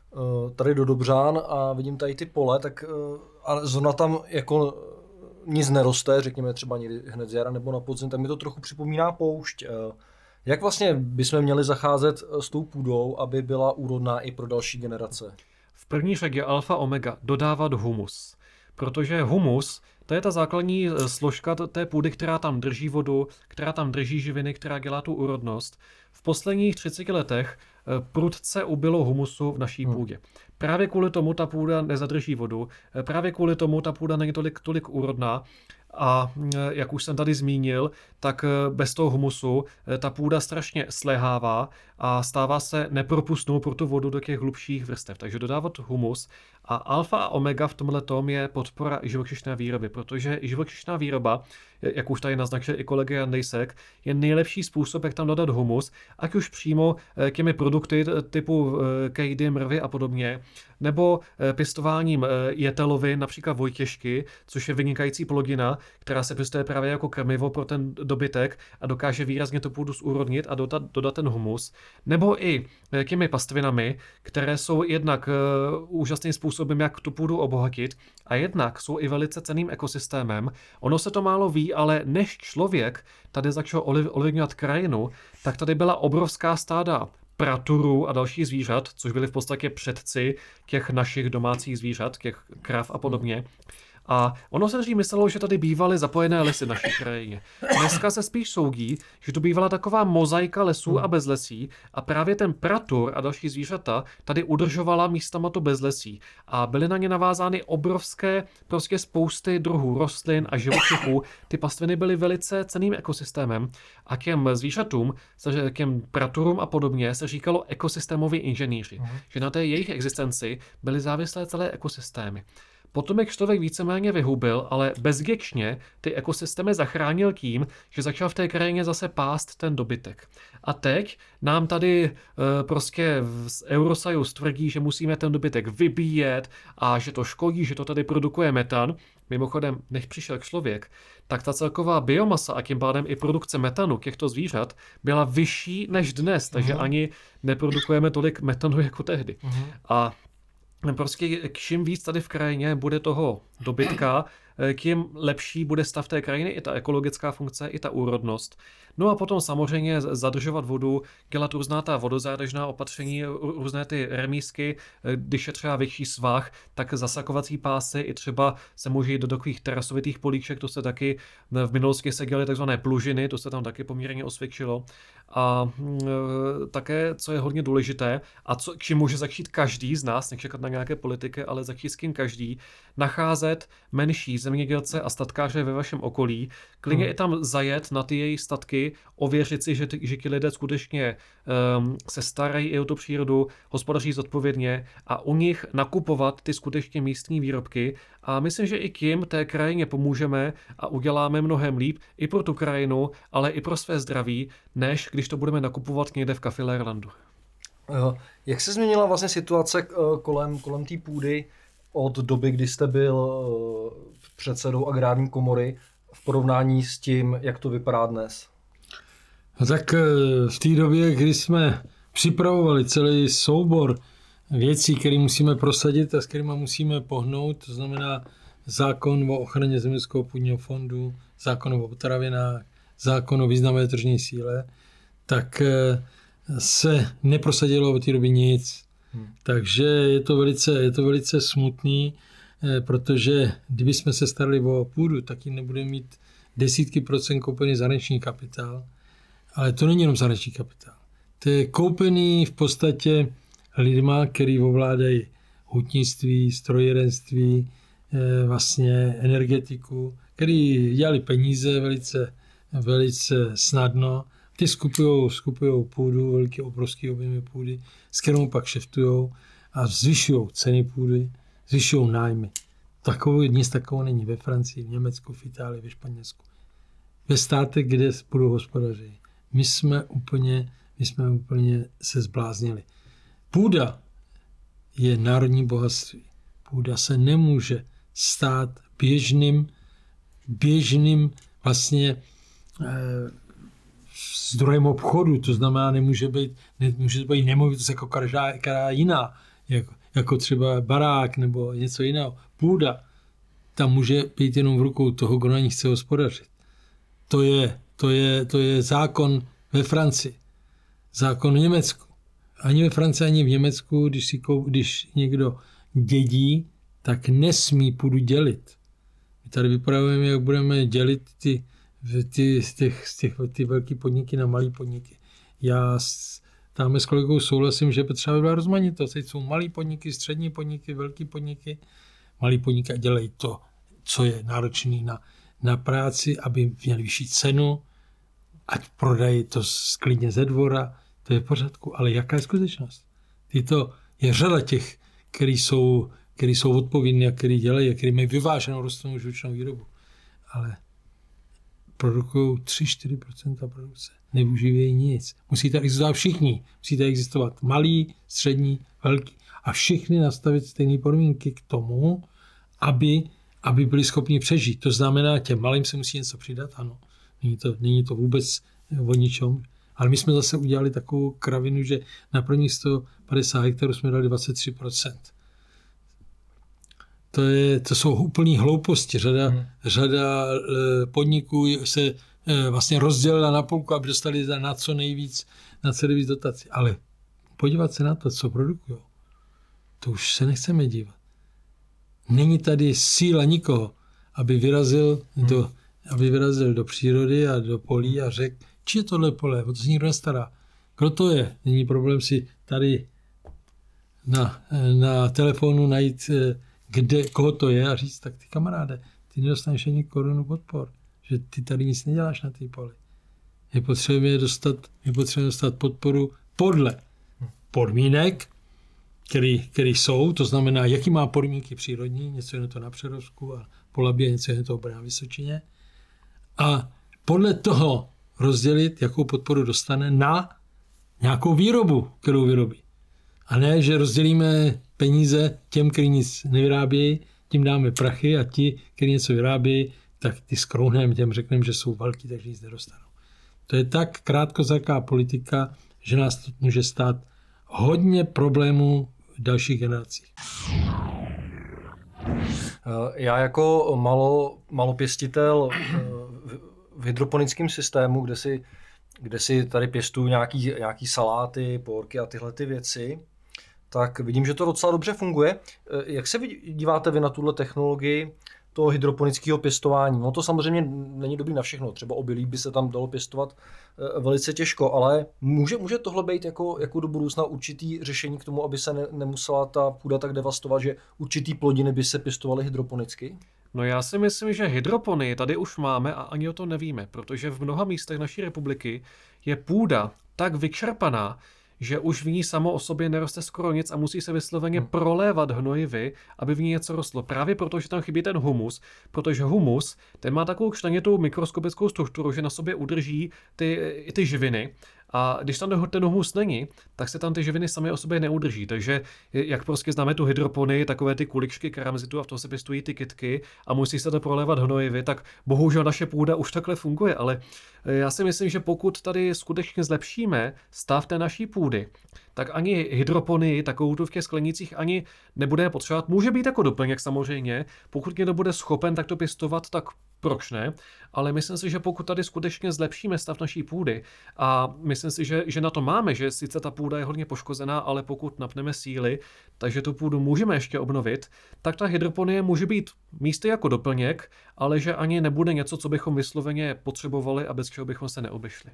tady do Dobřán a vidím tady ty pole, tak a zrovna tam jako nic neroste, řekněme třeba někdy hned z jara nebo na podzim, tak mi to trochu připomíná poušť. Jak vlastně bychom měli zacházet s tou půdou, aby byla úrodná i pro další generace? V první řadě alfa omega dodávat humus, protože humus to je ta základní složka té půdy, která tam drží vodu, která tam drží živiny, která dělá tu úrodnost. V posledních třiceti letech prudce ubylo humusu v naší půdě. Právě kvůli tomu ta půda nezadrží vodu, právě kvůli tomu ta půda není tolik, tolik úrodná. A jak už jsem tady zmínil, tak bez toho humusu ta půda strašně slehává a stává se nepropustnou pro tu vodu do těch hlubších vrstev. Takže dodávat humus. A alfa a omega v tomhle tom je podpora živočišné výroby, protože živočišná výroba, jak už tady naznačil i kolega Jan Dejsek, je nejlepší způsob, jak tam dodat humus, ať už přímo těmi produkty typu kejdy, mrvy a podobně, nebo pěstováním jetelovin, například vojtěžky, což je vynikající plodina, která se pěstuje právě jako krmivo pro ten dobytek a dokáže výrazně tu půdu zúrodnit a dodat, dodat ten humus, nebo i těmi pastvinami, které jsou jednak úžasným způsobem, jak tu půdu obohatit, a jednak jsou i velice cenným ekosystémem. Ono se to málo ví, ale než člověk tady začal ovlivňovat krajinu, tak tady byla obrovská stáda praturů a dalších zvířat, což byly v podstatě předci těch našich domácích zvířat, těch krav a podobně. A ono se dřív myslelo, že tady bývaly zapojené lesy v naší krajině. Dneska se spíš soudí, že to bývala taková mozaika lesů a bezlesí a právě ten pratur a další zvířata tady udržovala místama to bezlesí a byly na ně navázány obrovské prostě spousty druhů rostlin a živočichů. Ty pastviny byly velice cenným ekosystémem a těm zvířatům, těm praturům a podobně se říkalo ekosystémoví inženýři, uh-huh. že na té jejich existenci byly závislé celé ekosystémy. Potom jak člověk víceméně vyhubil, ale bezděčně ty ekosystémy zachránil tím, že začal v té krajině zase pást ten dobytek. A teď nám tady e, prostě z Euroscience tvrdí, že musíme ten dobytek vybíjet a že to škodí, že to tady produkuje metan. Mimochodem, než přišel člověk, tak ta celková biomasa a tím pádem i produkce metanu těchto zvířat byla vyšší než dnes, takže uh-huh. ani neprodukujeme tolik metanu jako tehdy. Uh-huh. A prostě čím víc tady v krajině bude toho dobytka, tím lepší bude stav té krajiny, i ta ekologická funkce, i ta úrodnost. No a potom samozřejmě zadržovat vodu, dělat různá ta vodozádežná opatření, různé ty remísky, když je třeba větší svah, tak zasakovací pásy, i třeba se může jít do takových terasovitých políček, to se taky v minulosti se dělaly takzvané plužiny, to se tam taky poměrně osvědčilo. A e, také, co je hodně důležité, a co, k čím může začít každý z nás, nečekat na nějaké politiky, ale začít s kým každý, nacházet menší zemědělce a statkáře ve vašem okolí, klidně hmm. i tam zajet na ty jejich statky, ověřit si, že, ty, že ti lidé skutečně um, se starají i o tu přírodu, hospodaří zodpovědně a u nich nakupovat ty skutečně místní výrobky. A myslím, že i tím té krajině pomůžeme a uděláme mnohem líp i pro tu krajinu, ale i pro své zdraví, než když to budeme nakupovat někde v Kafilerlandu. Jak se změnila vlastně situace kolem, kolem té půdy od doby, kdy jste byl předsedou agrární komory v porovnání s tím, jak to vypadá dnes? No tak v té době, kdy jsme připravovali celý soubor věcí, které musíme prosadit a s kterými musíme pohnout, to znamená zákon o ochraně zemědělského půdního fondu, zákon o potravinách, zákon o významné tržní síle, tak se neprosadilo od té doby nic. Hmm. Takže je to velice, je to velice smutný, protože kdyby jsme se starali o půdu, tak ji nebudeme mít desítky procent koupený zahraniční kapitál. Ale to není jenom zahraniční kapitál. To je koupený v podstatě lidma, který ovládají hutnictví, strojírenství, vlastně energetiku, který dělali peníze velice, velice snadno. Ty skupují, skupují půdu, velké obrovské objemy půdy, s kterou pak šeftujou a zvyšují ceny půdy, zvyšují nájmy. Takový nic takového není ve Francii, v Německu, v Itálii, ve Španělsku. Ve státech, kde budou hospodaři. My jsme úplně, my jsme úplně se zbláznili. Půda je národní bohatství. Půda se nemůže stát běžným, běžným vlastně eh, zdrojem obchodu, to znamená, nemůže být, nemůže to být nemovitost jako každá, každá jiná, jako, jako třeba barák nebo něco jiného. Půda, tam může být jenom v rukou toho, kdo na ní chce hospodařit. To je, to je, to je zákon ve Francii, zákon v Německu. Ani ve Francii, ani v Německu, když, si, když někdo dědí, tak nesmí půdu dělit. My tady vypravujeme, jak budeme dělit ty, ty, z těch, z těch, ty velké podniky na malé podniky. Já tam s kolegou souhlasím, že potřeba byla rozmanitost. Teď jsou malé podniky, střední podniky, velké podniky. Malé podniky dělají to, co je náročné na, na práci, aby měli vyšší cenu, ať prodají to klidně ze dvora, to je v pořádku. Ale jaká je skutečnost? Tyto je řada těch, který jsou, který jsou odpovědní a který dělají, a který mají vyváženou rostlinnou živočišnou výrobu. Ale produkují tři až čtyři procenta produkce. Nevyužívají nic. Musíte existovat všichni. Musíte existovat malí, střední, velký. A všichni nastavit stejné podmínky k tomu, aby, aby byli schopni přežít. To znamená, těm malým se musí něco přidat, ano. Není to, není to vůbec o ničem. Ale my jsme zase udělali takovou kravinu, že na prvních sto padesát hektarů jsme dali dvacet tři procent. To, je, to jsou úplný hlouposti. Řada, hmm. řada podniků se vlastně rozdělila na půlku, aby dostali na co nejvíc, na co nejvíc dotací. Ale podívat se na to, co produkují, to už se nechceme dívat. Není tady síla nikoho, aby vyrazil, hmm. do, aby vyrazil do přírody a do polí a řekl, či je tohle pole, o to se nikdo nestará. Kdo to je? Není problém si tady na, na telefonu najít, kde, koho to je a říct, tak ty kamaráde, ty nedostaneš ani korunu podpor, že ty tady nic neděláš na té poli. Je potřeba dostat, je potřeba dostat podporu podle podmínek, který, který jsou, to znamená, jaký má podmínky přírodní, něco je to na Přerovsku a po Labě, něco je to na Vysočině. A podle toho rozdělit, jakou podporu dostane na nějakou výrobu, kterou vyrobí. A ne, že rozdělíme peníze těm, kteří nic nevyrábějí, tím dáme prachy a ti, kteří něco vyrábějí, tak ty skrouhneme, těm řekneme, že jsou velký, takže nic nedostanou. To je tak krátkozraká politika, že nás to může stát hodně problémů v dalších generacích. Já jako malo, malopěstitel v hydroponickém systému, kde si, kde si tady pěstuju nějaký, nějaký saláty, porky a tyhle ty věci, tak vidím, že to docela dobře funguje. Jak se díváte vy na tuhle technologii toho hydroponického pěstování? No to samozřejmě není dobrý na všechno. Třeba obilí by se tam dalo pěstovat velice těžko, ale může, může tohle být jako, jako do budoucna určitý řešení k tomu, aby se ne, nemusela ta půda tak devastovat, že určitý plodiny by se pěstovaly hydroponicky? No já si myslím, že hydropony tady už máme a ani o to nevíme, protože v mnoha místech naší republiky je půda tak vyčerpaná, že už v ní samo o sobě neroste skoro nic a musí se vysloveně hmm. prolévat hnojivy, aby v ní něco rostlo. Právě proto, že tam chybí ten humus, protože humus, ten má takovou členitou mikroskopickou strukturu, že na sobě udrží ty, ty živiny. A když tam ten humus není, tak se tam ty živiny samy o sobě neudrží. Takže jak prostě známe tu hydropony, takové ty kuličky keramizitu a v toho se pěstují ty kytky a musí se to prolévat hnojivy, tak bohužel naše půda už takhle funguje. Ale já si myslím, že pokud tady skutečně zlepšíme stav té naší půdy, tak ani hydropony, takovou tu v těch sklenicích ani nebude potřebovat. Může být jako doplněk samozřejmě, pokud někdo bude schopen takto pěstovat, tak proč ne? Ale myslím si, že pokud tady skutečně zlepšíme stav naší půdy a myslím si, že, že na to máme, že sice ta půda je hodně poškozená, ale pokud napneme síly, takže tu půdu můžeme ještě obnovit, tak ta hydroponie může být místy jako doplněk, ale že ani nebude něco, co bychom vysloveně potřebovali a bez čeho bychom se neobešli.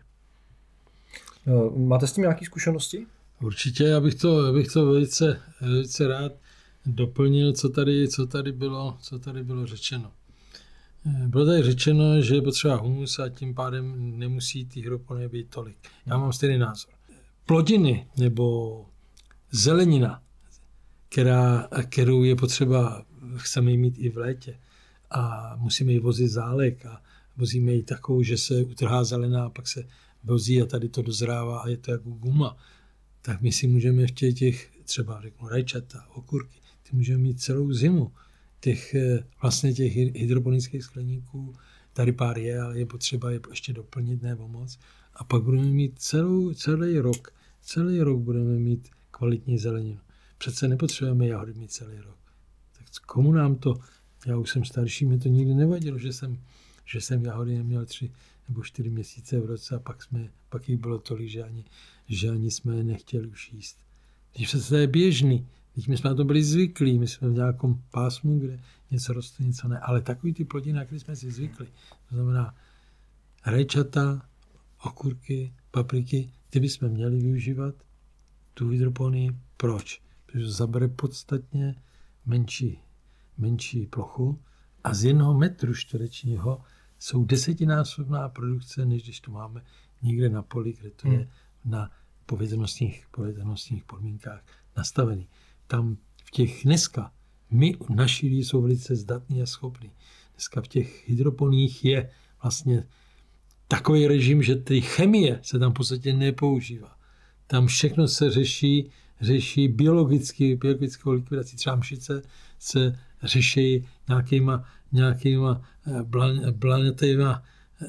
Máte s tím nějaké zkušenosti? Určitě, já bych to, já bych to velice, velice rád doplnil, co tady, co tady bylo, co tady bylo řečeno. Bylo tady řečeno, že je potřeba humus a tím pádem nemusí ty hydroponie být tolik. Já mám stejný názor. Plodiny nebo zelenina, která, kterou je potřeba, chceme ji mít i v létě a musíme ji vozit zálek a vozíme ji takovou, že se utrhá zelená a pak se vozí a tady to dozrává a je to jako guma, tak my si můžeme v těch třeba řeknu rajčata, okurky, ty můžeme mít celou zimu. Těch, vlastně těch hydroponických skleníků tady pár je, ale je potřeba je ještě doplnit nebo moc. A pak budeme mít celou, celý rok, celý rok budeme mít kvalitní zeleninu. Přece nepotřebujeme jahody mít celý rok. Tak komu nám to, já už jsem starší, mi to nikdy nevadilo, že jsem, že jsem jahody neměl tři nebo čtyři měsíce v roce a pak, jsme, pak jich bylo tolik, že ani, že ani jsme je nechtěli už jíst. Když přece to je běžný, když my jsme na to byli zvyklí, my jsme v nějakém pásmu, kde něco roste, něco ne, ale takový ty plodiny, na které jsme si zvykli, to znamená rajčata, okurky, papriky, ty bychom měli využívat tu hydroponii. Proč? Protože to zabere podstatně menší, menší plochu a z jednoho metru čtverečního jsou desetinásobná produkce, než když to máme někde na poli, kde to je na povětrnostních, povětrnostních podmínkách nastavený. Tam v těch dneska, my, naši lidi jsou velice zdatní a schopní. Dneska v těch hydroponích je vlastně takový režim, že ty chemie se tam v podstatě nepoužívá. Tam všechno se řeší, řeší biologicky, biologickou likvidací. Třeba mšice se řeší nějakýma, nějakýma blanetýma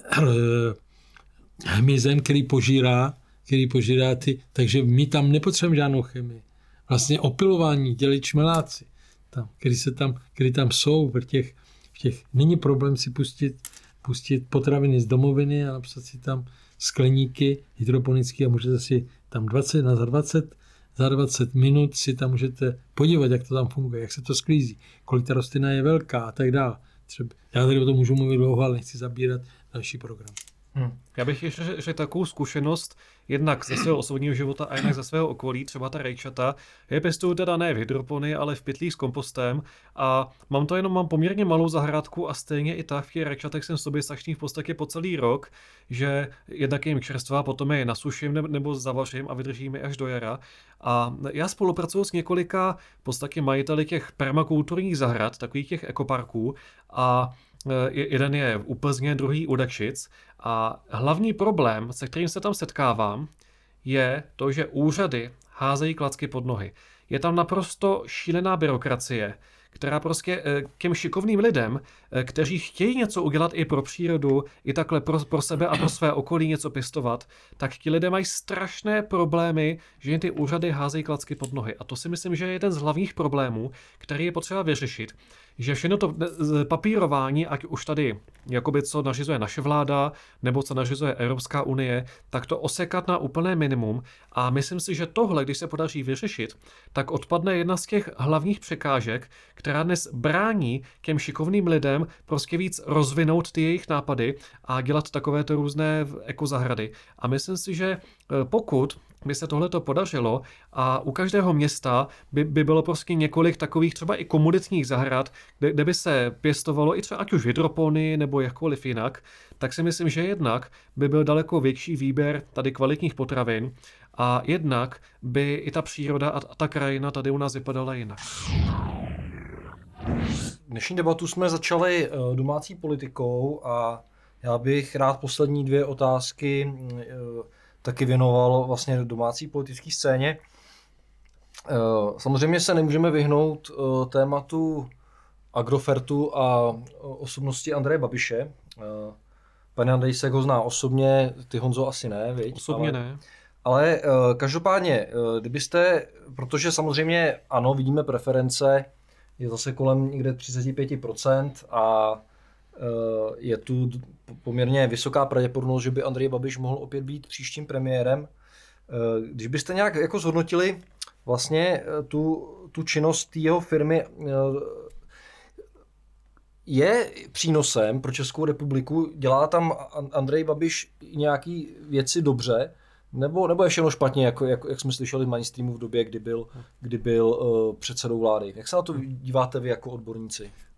hmyzem, který požírá, který požírá ty, takže my tam nepotřebujeme žádnou chemii. Vlastně opilování dělají čmeláci, tam, který, se tam, který tam jsou v těch, v těch, není problém si pustit, pustit potraviny z domoviny a napsat si tam skleníky hydroponické a můžete si tam dvacet na za dvacet, za dvacet minut si tam můžete podívat, jak to tam funguje, jak se to sklízí, kolik ta rostlina je velká a tak dále. Třeba, já tady o tom můžu mluvit dlouho, ale nechci zabírat další program. Hmm. Já bych ještě řekl takovou zkušenost jednak ze svého osobního života a jednak ze svého okolí, třeba ta rajčata. Je pěstuju teda ne v hydropony, ale v pytlích s kompostem a mám to jenom, mám poměrně malou zahrádku a stejně i tak v těch rajčatech jsem soběstačný v podstatě po celý rok, že jednak jim čerstvá, potom je nasuším nebo zavařím a vydržím je až do jara. A já spolupracuju s několika v podstatě majiteli těch permakulturních zahrad, takových těch ekoparků a jeden je u Plzně, druhý u Dakšic. A hlavní problém, se kterým se tam setkávám, je to, že úřady házejí klacky pod nohy. Je tam naprosto šílená byrokracie, která prostě těm šikovným lidem, kteří chtějí něco udělat i pro přírodu, i takhle pro, pro sebe a pro své okolí něco pěstovat, tak ti lidé mají strašné problémy, že jim ty úřady házejí klacky pod nohy. A to si myslím, že je jeden z hlavních problémů, který je potřeba vyřešit. Že všechno to papírování, ať už tady jakoby co nařizuje naše vláda, nebo co nařizuje Evropská unie, tak to osekat na úplné minimum. A myslím si, že tohle, když se podaří vyřešit, tak odpadne jedna z těch hlavních překážek, která dnes brání těm šikovným lidem prostě víc rozvinout ty jejich nápady a dělat takovéto různé ekozahrady. A myslím si, že pokud by se tohleto podařilo a u každého města by, by bylo prostě několik takových třeba i komoditních zahrad, kde, kde by se pěstovalo i třeba ať už hydropony nebo jakkoliv jinak, tak si myslím, že jednak by byl daleko větší výběr tady kvalitních potravin a jednak by i ta příroda a ta krajina tady u nás vypadala jinak. Dnešní debatu jsme začali domácí politikou a já bych rád poslední dvě otázky taky věnoval vlastně domácí politické scéně. Samozřejmě se nemůžeme vyhnout tématu Agrofertu a osobnosti Andreje Babiše. Pan Andrejsek ho zná osobně, ty Honzo asi ne, viď? Osobně ale, ne. Ale každopádně, kdybyste, protože samozřejmě ano, vidíme preference, je zase kolem někde třicet pět procent a je tu poměrně vysoká pravděpodobnost, že by Andrej Babiš mohl opět být příštím premiérem. Když byste nějak jako zhodnotili vlastně tu, tu činnost té jeho firmy, je přínosem pro Českou republiku, dělá tam Andrej Babiš nějaký věci dobře, nebo, nebo je všechno špatně, jako, jak, jak jsme slyšeli v mainstreamu v době, kdy byl, kdy byl uh, předsedou vlády. Jak se na to díváte vy jako odborníci?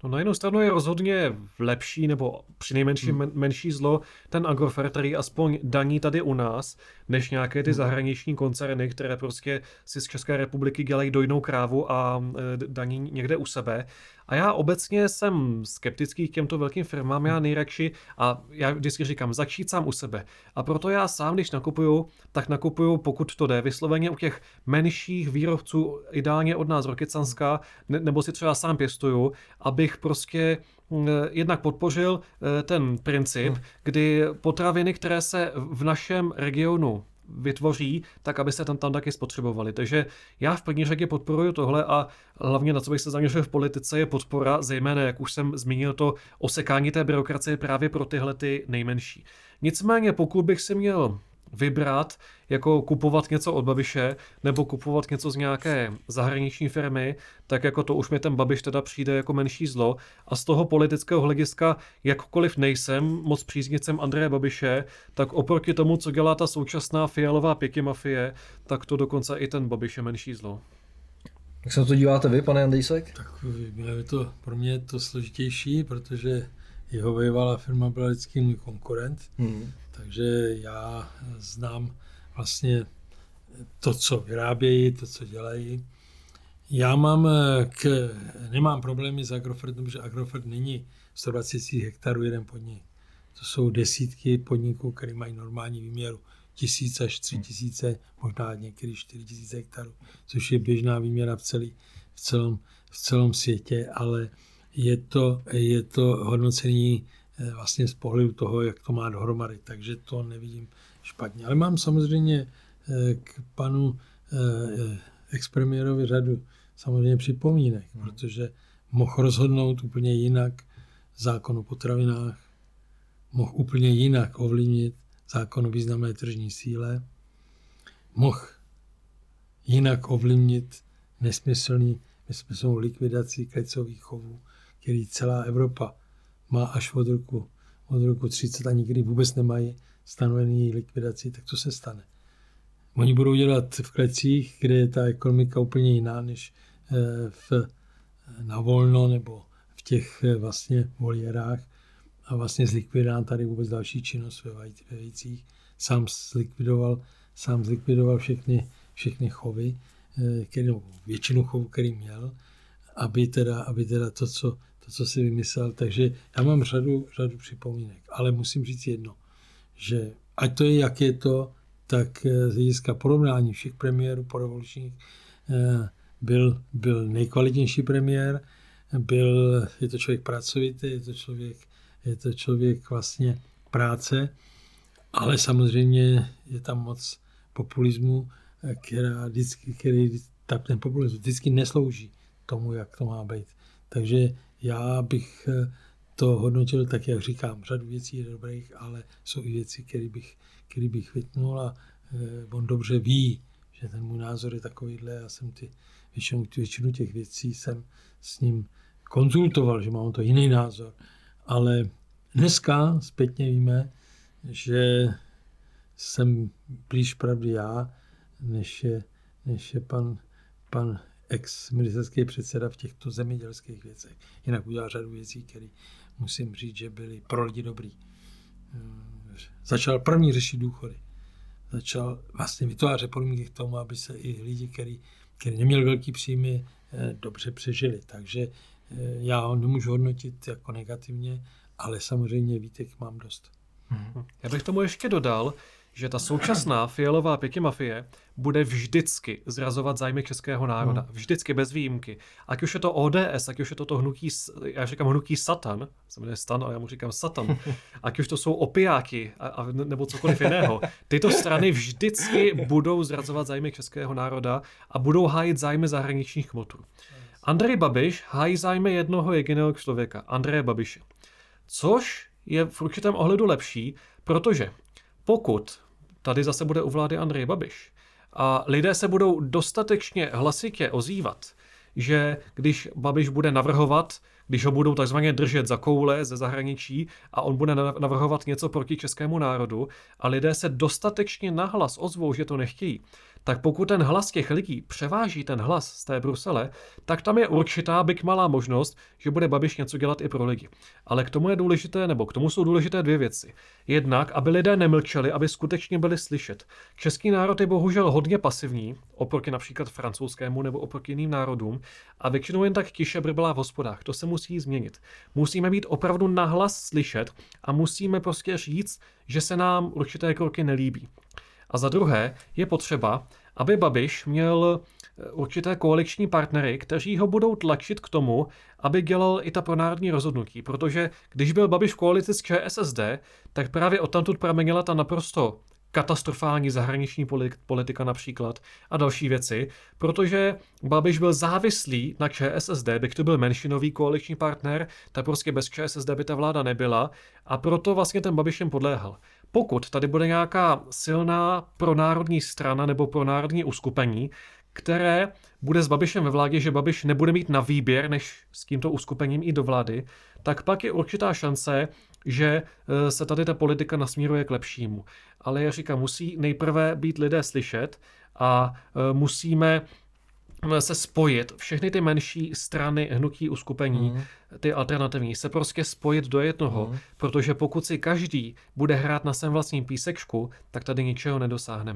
No na jednu stranu je rozhodně lepší nebo přinejmenším hmm. men, menší zlo ten Agrofert, který aspoň daní tady u nás, než nějaké ty hmm. zahraniční koncerny, které prostě si z České republiky dělají dojnou krávu a e, daní někde u sebe. A já obecně jsem skeptický k těmto velkým firmám, já nejradši, a já vždycky říkám, začít sám u sebe. A proto já sám, když nakupuju, tak nakupuju, pokud to jde, vysloveně u těch menších výrobců, ideálně od nás Rokycanska, ne, nebo si třeba sám pěstuju, abych prostě jednak podpořil ten princip, kdy potraviny, které se v našem regionu vytvoří, tak aby se tam, tam taky spotřebovaly. Takže já v první řadě podporuji tohle a hlavně na co bych se zaměřil v politice je podpora, zejména, jak už jsem zmínil, to osekání té byrokracie právě pro tyhle ty nejmenší. Nicméně, pokud bych si měl vybrat, jako kupovat něco od Babiše, nebo kupovat něco z nějaké zahraniční firmy, tak jako to už mi ten Babiš teda přijde jako menší zlo. A z toho politického hlediska, jakkoliv nejsem moc příznivcem Andreje Babiše, tak oproti tomu, co dělá ta současná fialová pěkimafie, tak to dokonce i ten Babiš je menší zlo. Jak se na to díváte vy, pane Andejsek? Tak je to, pro mě je to složitější, protože jeho bývalá firma byla vždycky můj konkurent, hmm. takže já znám vlastně to, co vyrábějí, to, co dělají. Já mám k, nemám problémy s Agrofertem, protože Agrofert není sto dvacet hektarů jeden podnik. To jsou desítky podniků, které mají normální výměru. Tisíc až tři tisíce, možná někdy čtyři tisíce hektarů, což je běžná výměra v, celý, v, celém, v celém světě, ale je to, je to hodnocení vlastně z pohledu toho, jak to má dohromady, takže to nevidím špatně. Ale mám samozřejmě k panu expremiérovi řadu samozřejmě připomínek, hmm. protože mohl rozhodnout úplně jinak zákon o potravinách, mohl úplně jinak ovlivnit zákon o významné tržní síle, mohl jinak ovlivnit nesmyslný, nesmyslnou likvidaci klecových chovů, který celá Evropa má až od roku, od roku třicet a nikdy vůbec nemají stanovený likvidaci, tak to se stane. Oni budou dělat v klecích, kde je ta ekonomika úplně jiná než v, na volno nebo v těch vlastně voliérách a vlastně zlikvidá tady vůbec další činnost ve vejcích. Sám zlikvidoval, sám zlikvidoval všechny, všechny chovy, který, většinu chovů, který měl, aby teda, aby teda to, co, to, co si vymyslel. Takže já mám řadu, řadu připomínek, ale musím říct jedno, že ať to je, jak je to, tak z hlediska porovnání všech premiérů porevolučních byl, byl nejkvalitnější premiér, byl, je to člověk pracovitý, je to člověk, je to člověk vlastně práce, ale samozřejmě je tam moc populismu, která vždycky, který ten populismus vždycky neslouží tomu, jak to má být. Takže já bych to hodnotil tak, jak říkám, řadu věcí je dobrých, ale jsou i věci, které bych, který bych vytnul a on dobře ví, že ten můj názor je takovýhle. Já jsem ty většinu, většinu těch věcí jsem s ním konzultoval, že mám to jiný názor. Ale dneska zpětně víme, že jsem blíž pravdy já, než je, než je pan, pan ex-ministerský předseda v těchto zemědělských věcech. Jinak udělal řadu věcí, které musím říct, že byly pro lidi dobrý. Začal první řešit důchody. Začal vlastně vytvářet podmínky k tomu, aby se i lidi, kteří neměli velký příjmy, dobře přežili. Takže já ho nemůžu hodnotit jako negativně, ale samozřejmě výtek mám dost. Já bych tomu ještě dodal, že ta současná fialová pěkimafie bude vždycky zrazovat zájmy českého národa. Vždycky, bez výjimky. Ať už je to O D S, ať už je to to hnutí, já říkám hnutí Satan, se jmenuje Stan, ale já mu říkám Satan, ať už to jsou opiáky, a, a, nebo cokoliv jiného. Tyto strany vždycky budou zrazovat zájmy českého národa a budou hájit zájmy zahraničních kmotrů. Andrej Babiš hájí zájmy jednoho jediného člověka, Andreje Babiše. Což je v určitém ohledu lepší, protože pokud tady zase bude u vlády Andrej Babiš a lidé se budou dostatečně hlasitě ozývat, že když Babiš bude navrhovat, když ho budou takzvaně držet za koule ze zahraničí a on bude navrhovat něco proti českému národu a lidé se dostatečně nahlas ozvou, že to nechtějí, tak pokud ten hlas těch lidí převáží ten hlas z té Brusele, tak tam je určitá byť malá možnost, že bude Babiš něco dělat i pro lidi. Ale k tomu je důležité, nebo k tomu jsou důležité dvě věci. Jednak, aby lidé nemlčeli, aby skutečně byli slyšet. Český národ je bohužel hodně pasivní, oproti například francouzskému nebo oproti jiným národům, a většinou jen tak tiše brblá v hospodách. To se musí změnit. Musíme být opravdu nahlas slyšet a musíme prostě říct, že se nám určité kroky nelíbí. A za druhé je potřeba, aby Babiš měl určité koaliční partnery, kteří ho budou tlačit k tomu, aby dělal i ta pronárodní rozhodnutí. Protože když byl Babiš v koalici s ČSSD, tak právě odtamtud pramenila ta naprosto katastrofální zahraniční politika například a další věci, protože Babiš byl závislý na ČSSD, byť to byl menšinový koaliční partner, tak prostě bez ČSSD by ta vláda nebyla a proto vlastně ten Babiš jim podléhal. Pokud tady bude nějaká silná pronárodní strana nebo pronárodní uskupení, které bude s Babišem ve vládě, že Babiš nebude mít na výběr, než s tímto uskupením jít do vlády, tak pak je určitá šance, že se tady ta politika nasměruje k lepšímu. Ale já říkám, musí nejprve být lidé slyšet a musíme se spojit, všechny ty menší strany, hnutí, uskupení, mm. ty alternativní, se prostě spojit do jednoho, mm. protože pokud si každý bude hrát na svém vlastním písečku, tak tady ničeho nedosáhneme.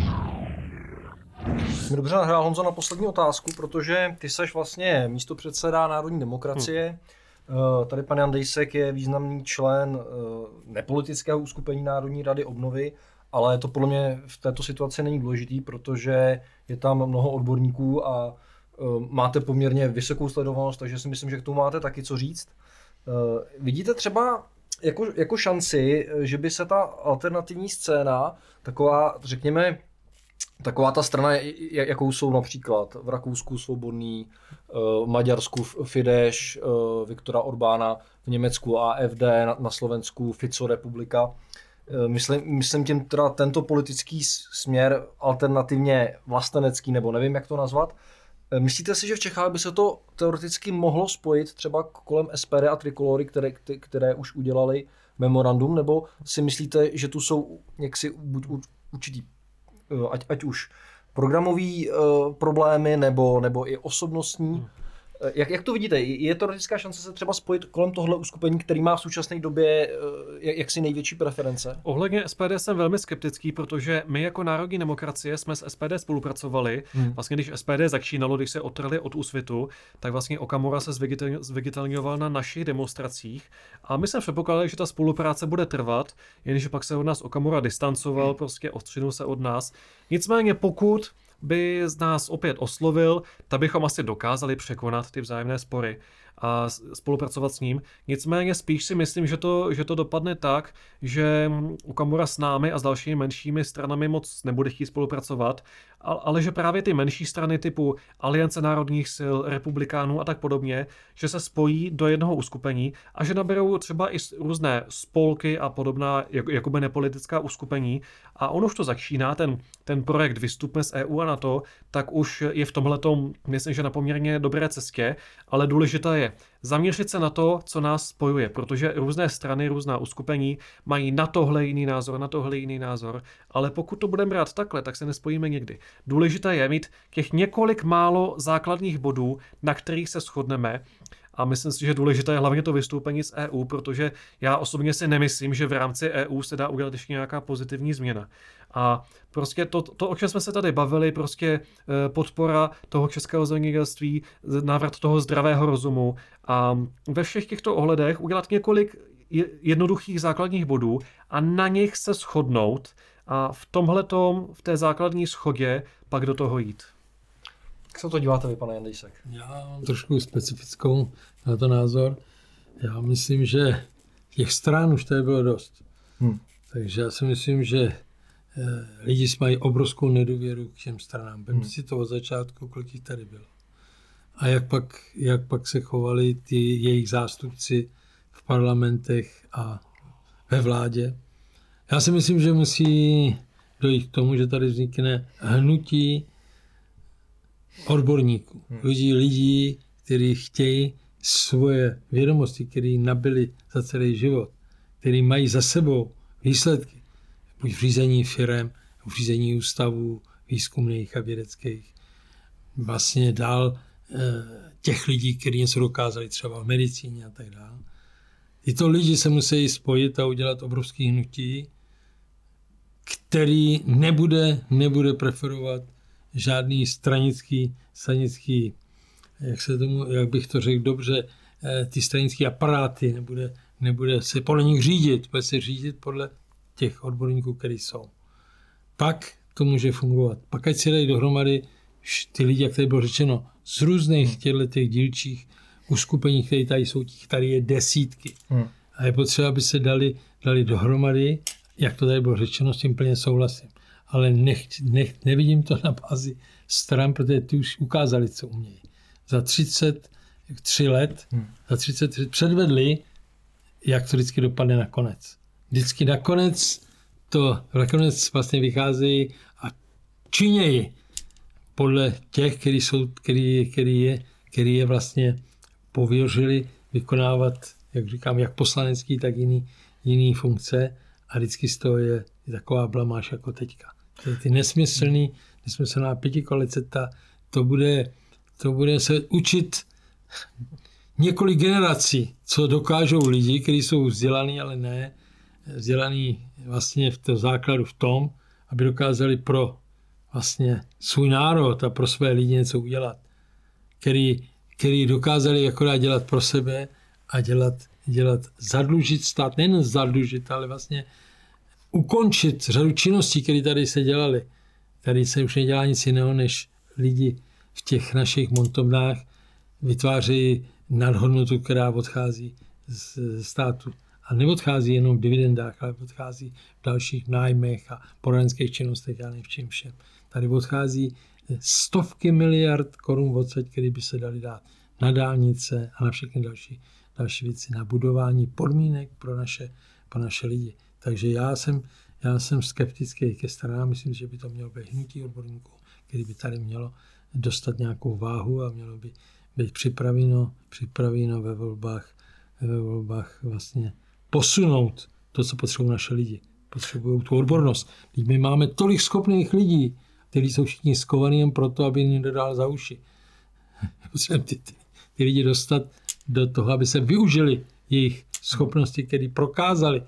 Jsi mi dobře nahrál, Honzo, na poslední otázku, protože ty seš vlastně místopředseda Národní demokracie. Hmm. Tady pan Jan Dejsek je významný člen nepolitického uskupení Národní rady obnovy, ale to podle mě v této situaci není důležitý, protože je tam mnoho odborníků a máte poměrně vysokou sledovanost, takže si myslím, že k tomu máte taky co říct. Vidíte třeba jako, jako šanci, že by se ta alternativní scéna, taková, řekněme, taková ta strana, jakou jsou například v Rakousku Svobodný, v Maďarsku Fidesz, Viktora Orbána, v Německu A F D, na Slovensku Fico Republika. Myslím, myslím tím teda tento politický směr alternativně vlastenecký, nebo nevím, jak to nazvat. Myslíte si, že v Čechách by se to teoreticky mohlo spojit třeba kolem S P D a Trikolory, které, které už udělali memorandum, nebo si myslíte, že tu jsou jaksi určitý Ať, ať už programový uh, problémy nebo, nebo i osobnostní. Hmm. Jak, jak to vidíte? Je teoretická šance se třeba spojit kolem tohle uskupení, který má v současné době uh, jak, jaksi největší preference? Ohledně S P D jsem velmi skeptický, protože my jako Národní demokracie jsme s S P D spolupracovali. Hmm. Vlastně když S P D začínalo, když se otrhli od Úsvitu, tak vlastně Okamura se zviditelňoval na našich demonstracích a my jsme předpokládali, že ta spolupráce bude trvat, jenže pak se od nás Okamura distancoval, hmm. prostě odstřinul se od nás. Nicméně pokud by z nás opět oslovil, tak bychom asi dokázali překonat ty vzájemné spory a spolupracovat s ním. Nicméně spíš si myslím, že to, že to dopadne tak, že Okamura s námi a s dalšími menšími stranami moc nebude chtít spolupracovat, ale že právě ty menší strany typu Aliance národních sil, republikánů a tak podobně, že se spojí do jednoho uskupení a že naberou třeba i různé spolky a podobná jakoby nepolitická uskupení. A on už to začíná, ten, ten projekt Vystupme z E U a NATO, tak už je v tomhletom, myslím, že na poměrně dobré cestě, ale důležité je zaměřit se na to, co nás spojuje, protože různé strany, různá uskupení mají na tohle jiný názor, na tohle jiný názor, ale pokud to budeme brát takhle, tak se nespojíme nikdy. Důležité je mít těch několik málo základních bodů, na kterých se shodneme. A myslím si, že důležité je hlavně to vystoupení z E U, protože já osobně si nemyslím, že v rámci E U se dá udělat ještě nějaká pozitivní změna. A prostě to, to o čem jsme se tady bavili, prostě podpora toho českého zemědělství, návrat toho zdravého rozumu a ve všech těchto ohledech udělat několik jednoduchých základních bodů a na nich se shodnout a v tomhletom, v té základní shodě pak do toho jít. Jak se to díváte vy, pane Jandejsek? Já mám trošku specifickou na to názor. Já myslím, že těch stran už tady bylo dost. Hmm. Takže já si myslím, že lidi mají obrovskou nedůvěru k těm stranám. Vem si to od začátku, kolik jich tady bylo. A jak pak, jak pak se chovali ty jejich zástupci v parlamentech a ve vládě. Já si myslím, že musí dojít k tomu, že tady vznikne hnutí odborníků. Lidí, lidí, kteří chtějí svoje vědomosti, které nabili za celý život, kteří mají za sebou výsledky, buď v řízení firem, v řízení ústavů, výzkumných a vědeckých. Vlastně dál těch lidí, kteří něco dokázali třeba v medicíně a tak dále. Tyto lidi se musí spojit a udělat obrovské hnutí, který nebude, nebude preferovat žádný stranický, stranický, jak se tomu, jak bych to řekl dobře, ty stranické aparáty, nebude, nebude se podle nich řídit, bude se řídit podle těch odborníků, kteří jsou. Pak to může fungovat. Pak ať si dají dohromady ty lidi, jak tady bylo řečeno, z různých těchto těch dílčích uskupení, které tady jsou, těch tady je desítky. Hmm. A je potřeba, aby se dali, dali dohromady, jak to tady bylo řečeno, s tím plně souhlasím. Ale nech, nech, nevidím to na bázi stran, protože ty už ukázali, co umějí. Za třicet tři let, hmm. za třicet tři předvedli, jak to vždycky dopadne nakonec. Vždycky nakonec to nakonec vlastně vycházejí a činějí podle těch, který, jsou, který, který, je, který je vlastně pověřili vykonávat, jak říkám, jak poslanecký, tak jiný, jiný funkce a vždycky z toho je, je taková blamáž jako teďka. Ty, ty nesmyslný, nesmyslná pětikoalice, ta, to bude, to bude se učit několik generací, co dokážou lidi, kteří jsou vzdělaní, ale ne vzdělaní vlastně v tom základu v tom, aby dokázali pro vlastně svůj národ a pro své lidi něco udělat, který, který dokázali akorát dělat pro sebe a dělat, dělat zadlužit stát, nejen zadlužit, ale vlastně ukončit řadu činností, které tady se dělaly. Tady se už nedělá nic jiného, než lidi v těch našich montovnách vytvářejí nadhodnotu, která odchází z státu. A neodchází jenom v dividendách, ale odchází v dalších nájmech a poradenských činnostech, já nevím v čím všem. Tady odchází stovky miliard korun odsaď, které by se daly dát na dálnice a na všechny další, další věci, na budování podmínek pro naše, pro naše lidi. Takže já jsem, já jsem skeptický ke stranám, myslím, že by to mělo být hnutí odborníků, který by tady mělo dostat nějakou váhu a mělo by být připraveno, připraveno ve volbách, ve volbách vlastně posunout to, co potřebují naše lidi. Potřebují tu odbornost. Teď my máme tolik schopných lidí, kteří jsou všichni skovaní jen proto, aby jim dodal za uši. Potřebujeme ty, ty, ty lidi dostat do toho, aby se využili jejich schopnosti, které prokázali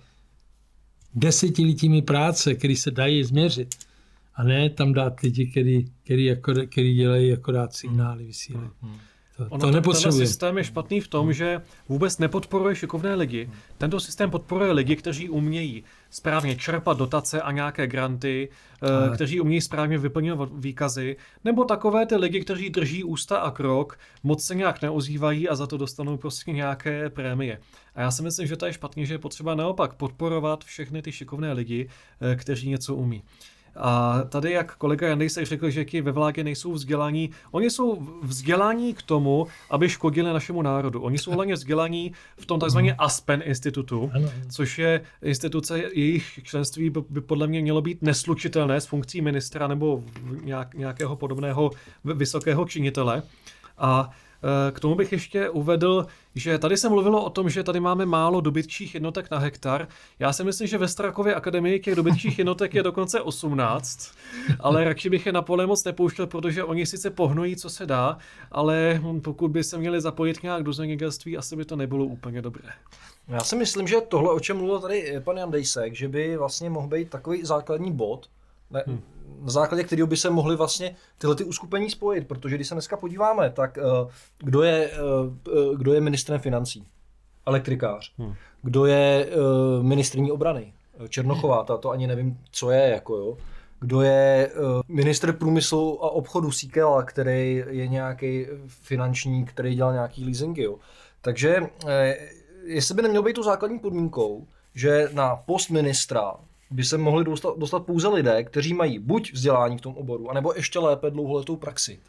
desetiletými práce, které se dají změřit. A ne tam dát lidi, který, který, který dělají akorát signály, vysílají. To, to nepotřebuje. Ten systém je špatný v tom, že vůbec nepodporuje šikovné lidi. Tento systém podporuje lidi, kteří umějí správně čerpat dotace a nějaké granty, a... kteří umějí správně vyplňovat výkazy, nebo takové ty lidi, kteří drží ústa a krok, moc se nějak neozývají a za to dostanou prostě nějaké prémie. A já si myslím, že to je špatně, že je potřeba naopak podporovat všechny ty šikovné lidi, kteří něco umí. A tady, jak kolega Jandej se řekl, že ti ve vládě nejsou vzdělaní, oni jsou vzdělaní k tomu, aby škodili našemu národu. Oni jsou hlavně vzdělaní v tom takzvaně Aspen institutu, což je instituce, jejich členství by podle mě mělo být neslučitelné s funkcí ministra nebo nějak, nějakého podobného vysokého činitele. A k tomu bych ještě uvedl, že tady se mluvilo o tom, že tady máme málo dobytčích jednotek na hektar. Já si myslím, že ve Strakově akademii těch dobytčích jednotek je dokonce osmnáct, ale radši bych je na pole moc nepouštěl, protože oni sice pohnojí, co se dá, ale pokud by se měli zapojit nějak do zemědělství, asi by to nebylo úplně dobré. Já si myslím, že tohle, o čem mluvil tady pan Jandejsek, že by vlastně mohl být takový základní bod, ne, hmm. na základě kterého by se mohly vlastně tyhle ty uskupení spojit, protože když se dneska podíváme, tak uh, kdo, je, uh, kdo je ministrem financí? Elektrikář. Hmm. Kdo je uh, ministryní obrany? Černochová, ta to ani nevím, co je, jako jo. Kdo je uh, ministr průmyslu a obchodu Síkela, který je nějaký finančník, který dělal nějaký leasingy, jo. Takže uh, jestli by nemělo být tu základní podmínkou, že na post ministra by se mohli dostat, dostat pouze lidé, kteří mají buď vzdělání v tom oboru, anebo ještě lépe dlouholetou praxi.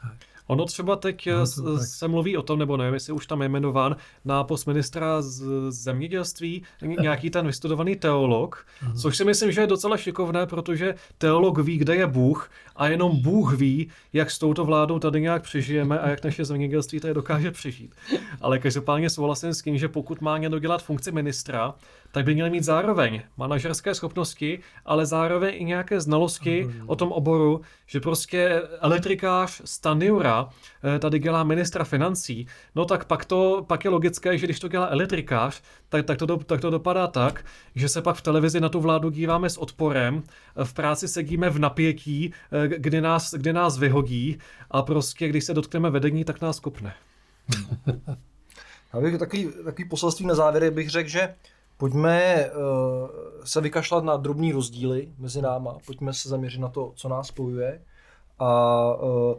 Ono třeba teď No, s- to tak. se mluví o tom, nebo nevím, jestli už tam je jmenován na post ministra z zemědělství ň- nějaký ten vystudovaný teolog, což si myslím, že je docela šikovné, protože teolog ví, kde je Bůh a jenom Bůh ví, jak s touto vládou tady nějak přežijeme a jak naše zemědělství tady dokáže přežít. Ale každopádně souhlasím s tím, že pokud má někdo dělat funkci ministra, tak by měl mít zároveň manažerské schopnosti, ale zároveň i nějaké znalosti o tom oboru, že prostě elektrikář Stanjura eh, tady dělá ministra financí, no tak pak, to, pak je logické, že když to dělá elektrikář, tak, tak, to, do- tak to dopadá tak, že se pak v televizi na tu vládu díváme s odporem, eh, v práci sedíme v napětí, eh, kdy nás, kdy nás vyhodí a prostě když se dotkneme vedení, tak nás kopne. Já bych takový, takový poselství na závěr bych řekl, že pojďme uh, se vykašlat na drobný rozdíly mezi náma, pojďme se zaměřit na to, co nás spojuje. A uh,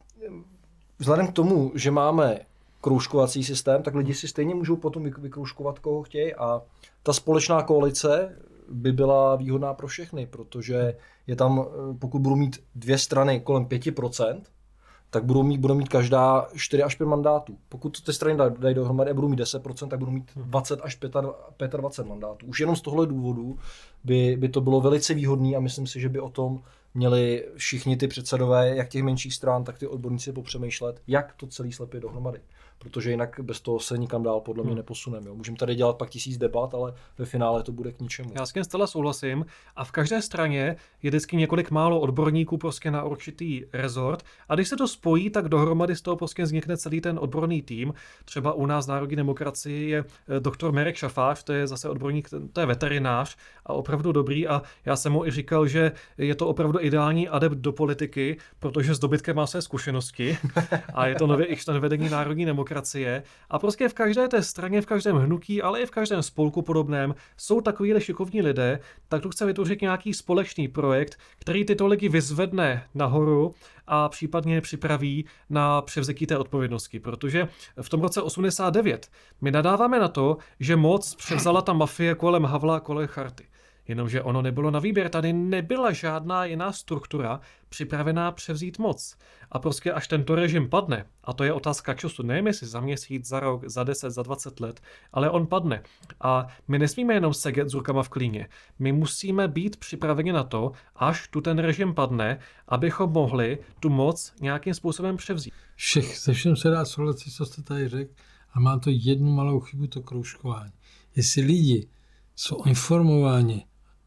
vzhledem k tomu, že máme kroužkovací systém, tak lidi si stejně můžou potom vyk- vykroužkovat, koho chtějí. A ta společná koalice by byla výhodná pro všechny, protože je tam, uh, pokud budou mít dvě strany kolem pět procent, tak budou mít, budou mít každá čtyři až pět mandátů. Pokud ty strany dají, dají dohromady a budou mít deset procent, tak budou mít dvacet až dvacet pět mandátů. Už jenom z tohle důvodu by, by to bylo velice výhodné a myslím si, že by o tom měli všichni ty předsedové, jak těch menších stran, tak ty odborníci popřemýšlet, jak to celý slepit dohromady. Protože jinak bez toho se nikam dál podle mě neposuneme. Jo. Můžeme tady dělat pak tisíc debat, ale ve finále to bude k ničemu. Já s tím zcela souhlasím a v každé straně je vždycky několik málo odborníků prostě na určitý rezort a když se to spojí, tak dohromady z toho prostě vznikne celý ten odborný tým. Třeba u nás v Národní demokracii je eh, doktor Mirek Šafář, to je zase odborník, to je veterinář a opravdu dobrý a já jsem mu i říkal, že je to opravdu ideální adept do politiky, protože s dobytkem má své zkušenosti a je to nově i člen vedení Národní demokracie a prostě v každé té straně, v každém hnutí, ale i v každém spolku podobném jsou takovýhle šikovní lidé, tak tu chce vytvořit nějaký společný projekt, který tyto lidi vyzvedne nahoru a případně je připraví na převzetí té odpovědnosti, protože v tom roce osmdesát devět my nadáváme na to, že moc převzala ta mafie kolem Havla a kolem Charty. Jenomže ono nebylo na výběr, tady nebyla žádná jiná struktura připravená převzít moc. A prostě až tento režim padne, a to je otázka času, nevím jestli za měsíc, za rok, za deset, za dvacet let, ale on padne. A my nesmíme jenom sedět s rukama v klíně. My musíme být připraveni na to, až tu ten režim padne, abychom mohli tu moc nějakým způsobem převzít. Všech, se všem se dá souhlasit, co jste tady řekl, a má to jednu malou chybu, to kroužkování. Jestli lidi jsou informováni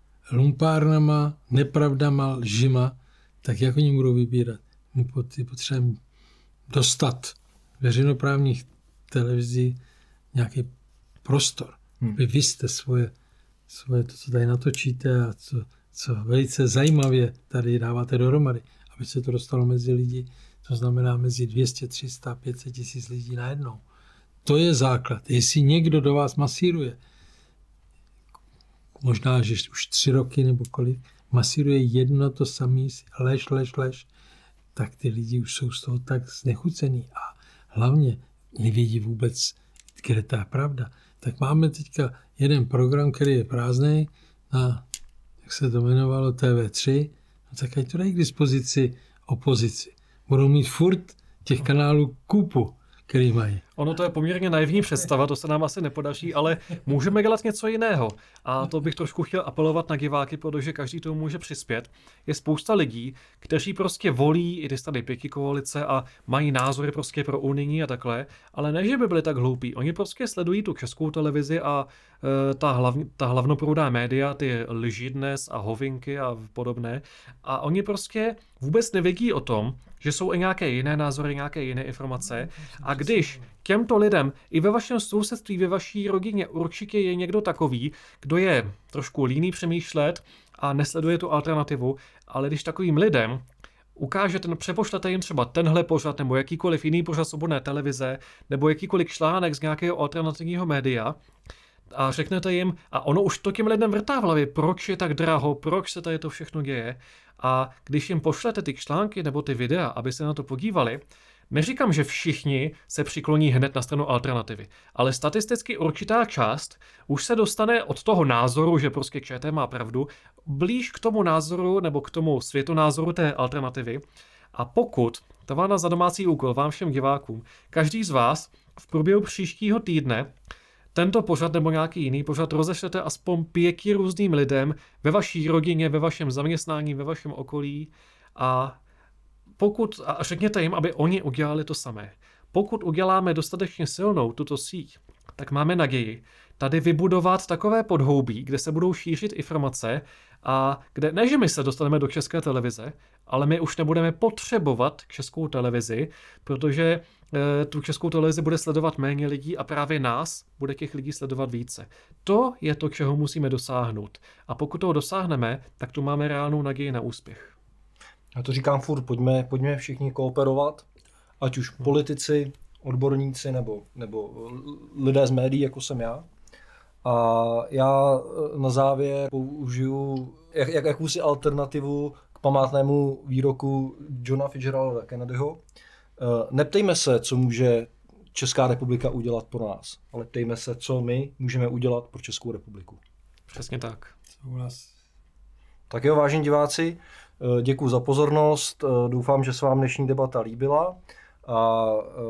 lumpárnama, nepravdama, lžima, tak jak oni budou vybírat? My potřebujeme dostat veřejnoprávních televizí nějaký prostor. Hmm. Vy jste svoje, svoje, to, co tady natočíte a co, co velice zajímavě tady dáváte dohromady, aby se to dostalo mezi lidi, to znamená mezi dvě stě, tři sta, pět set tisíc lidí najednou. To je základ. Jestli někdo do vás masíruje, možná, že už tři roky nebo kolik, masíruje jedno to samý, lež, lež, lež, tak ty lidi už jsou z toho tak znechucený a hlavně nevědí vůbec, kde ta je pravda. Tak máme teďka jeden program, který je prázdnej na, jak se to jmenovalo, T V tři, no tak ať to dají k dispozici opozici. Budou mít furt těch kanálů kupu, který mají. Ono to je poměrně naivní představa, to se nám asi nepodaří, ale můžeme dělat něco jiného. A to bych trošku chtěl apelovat na diváky, protože každý tomu může přispět. Je spousta lidí, kteří prostě volí i ty strany pětikoalice a mají názory prostě pro unijní a takhle, ale ne, že by byli tak hloupí. Oni prostě sledují tu českou televizi a e, ta, hlav, ta hlavnoproudá média, ty Lži dnes a Hovinky a podobné. A oni prostě vůbec nevědí o tom, že jsou i nějaké jiné názory, nějaké jiné informace. A když těmto lidem i ve vašem sousedství, ve vaší rodině určitě je někdo takový, kdo je trošku líný přemýšlet a nesleduje tu alternativu, ale když takovým lidem ukážete, přepošlete jim třeba tenhle pořad nebo jakýkoliv jiný pořad svobodné televize nebo jakýkoliv článek z nějakého alternativního média a řeknete jim, a ono už to těm lidem vrtá v hlavě, proč je tak draho, proč se tady to všechno děje, a když jim pošlete ty články nebo ty videa, aby se na to podívali, neříkám, že všichni se přikloní hned na stranu alternativy, ale statisticky určitá část už se dostane od toho názoru, že prostě ČT má pravdu, blíž k tomu názoru nebo k tomu světonázoru té alternativy. A pokud To vám za domácí úkol, vám všem divákům. Každý z vás v průběhu příštího týdne tento pořad nebo nějaký jiný pořad rozešlete aspoň pěti různým lidem ve vaší rodině, ve vašem zaměstnání, ve vašem okolí a pokud, a řekněte jim, aby oni udělali to samé. Pokud uděláme dostatečně silnou tuto síť, tak máme naději tady vybudovat takové podhoubí, kde se budou šířit informace a kde ne, že my se dostaneme do České televize, ale my už nebudeme potřebovat Českou televizi, protože e, tu Českou televizi bude sledovat méně lidí a právě nás bude těch lidí sledovat více. To je to, čeho musíme dosáhnout. A pokud toho dosáhneme, tak tu máme reálnou naději na úspěch. Já to říkám furt, pojďme, pojďme všichni kooperovat, ať už politici, odborníci nebo, nebo lidé z médií, jako jsem já. A já na závěr použiju jak, jak, jakousi alternativu k památnému výroku Johna Fitzgeralda Kennedyho. Neptejme se, co může Česká republika udělat pro nás, ale ptejme se, co my můžeme udělat pro Českou republiku. Přesně tak. Tak jo, vážení diváci, děkuji za pozornost, doufám, že se vám dnešní debata líbila a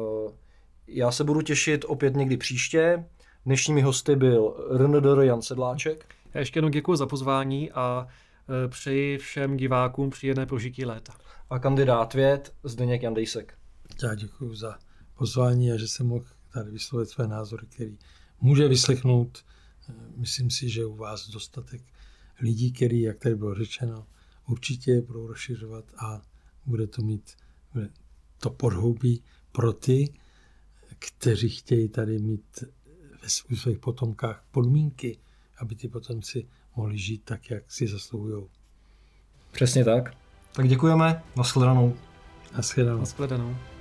já se budu těšit opět někdy příště. Dnešními hosty byl R N D R Jan Sedláček. Já ještě jednou děkuji za pozvání a přeji všem divákům příjemné prožití léta. A kandidát věd Zdeněk Jandejsek. Já děkuji za pozvání a že jsem mohl tady vyslovit své názory, který může vyslechnout. Myslím si, že u vás dostatek lidí, který, jak tady bylo řečeno, určitě je budou rozšiřovat a bude to mít to podhoubí pro ty, kteří chtějí tady mít ve svých potomkách podmínky, aby ty potomci mohli žít tak, jak si zasluhují. Přesně tak. Tak děkujeme. Nashledanou. Nashledanou. Nashledanou.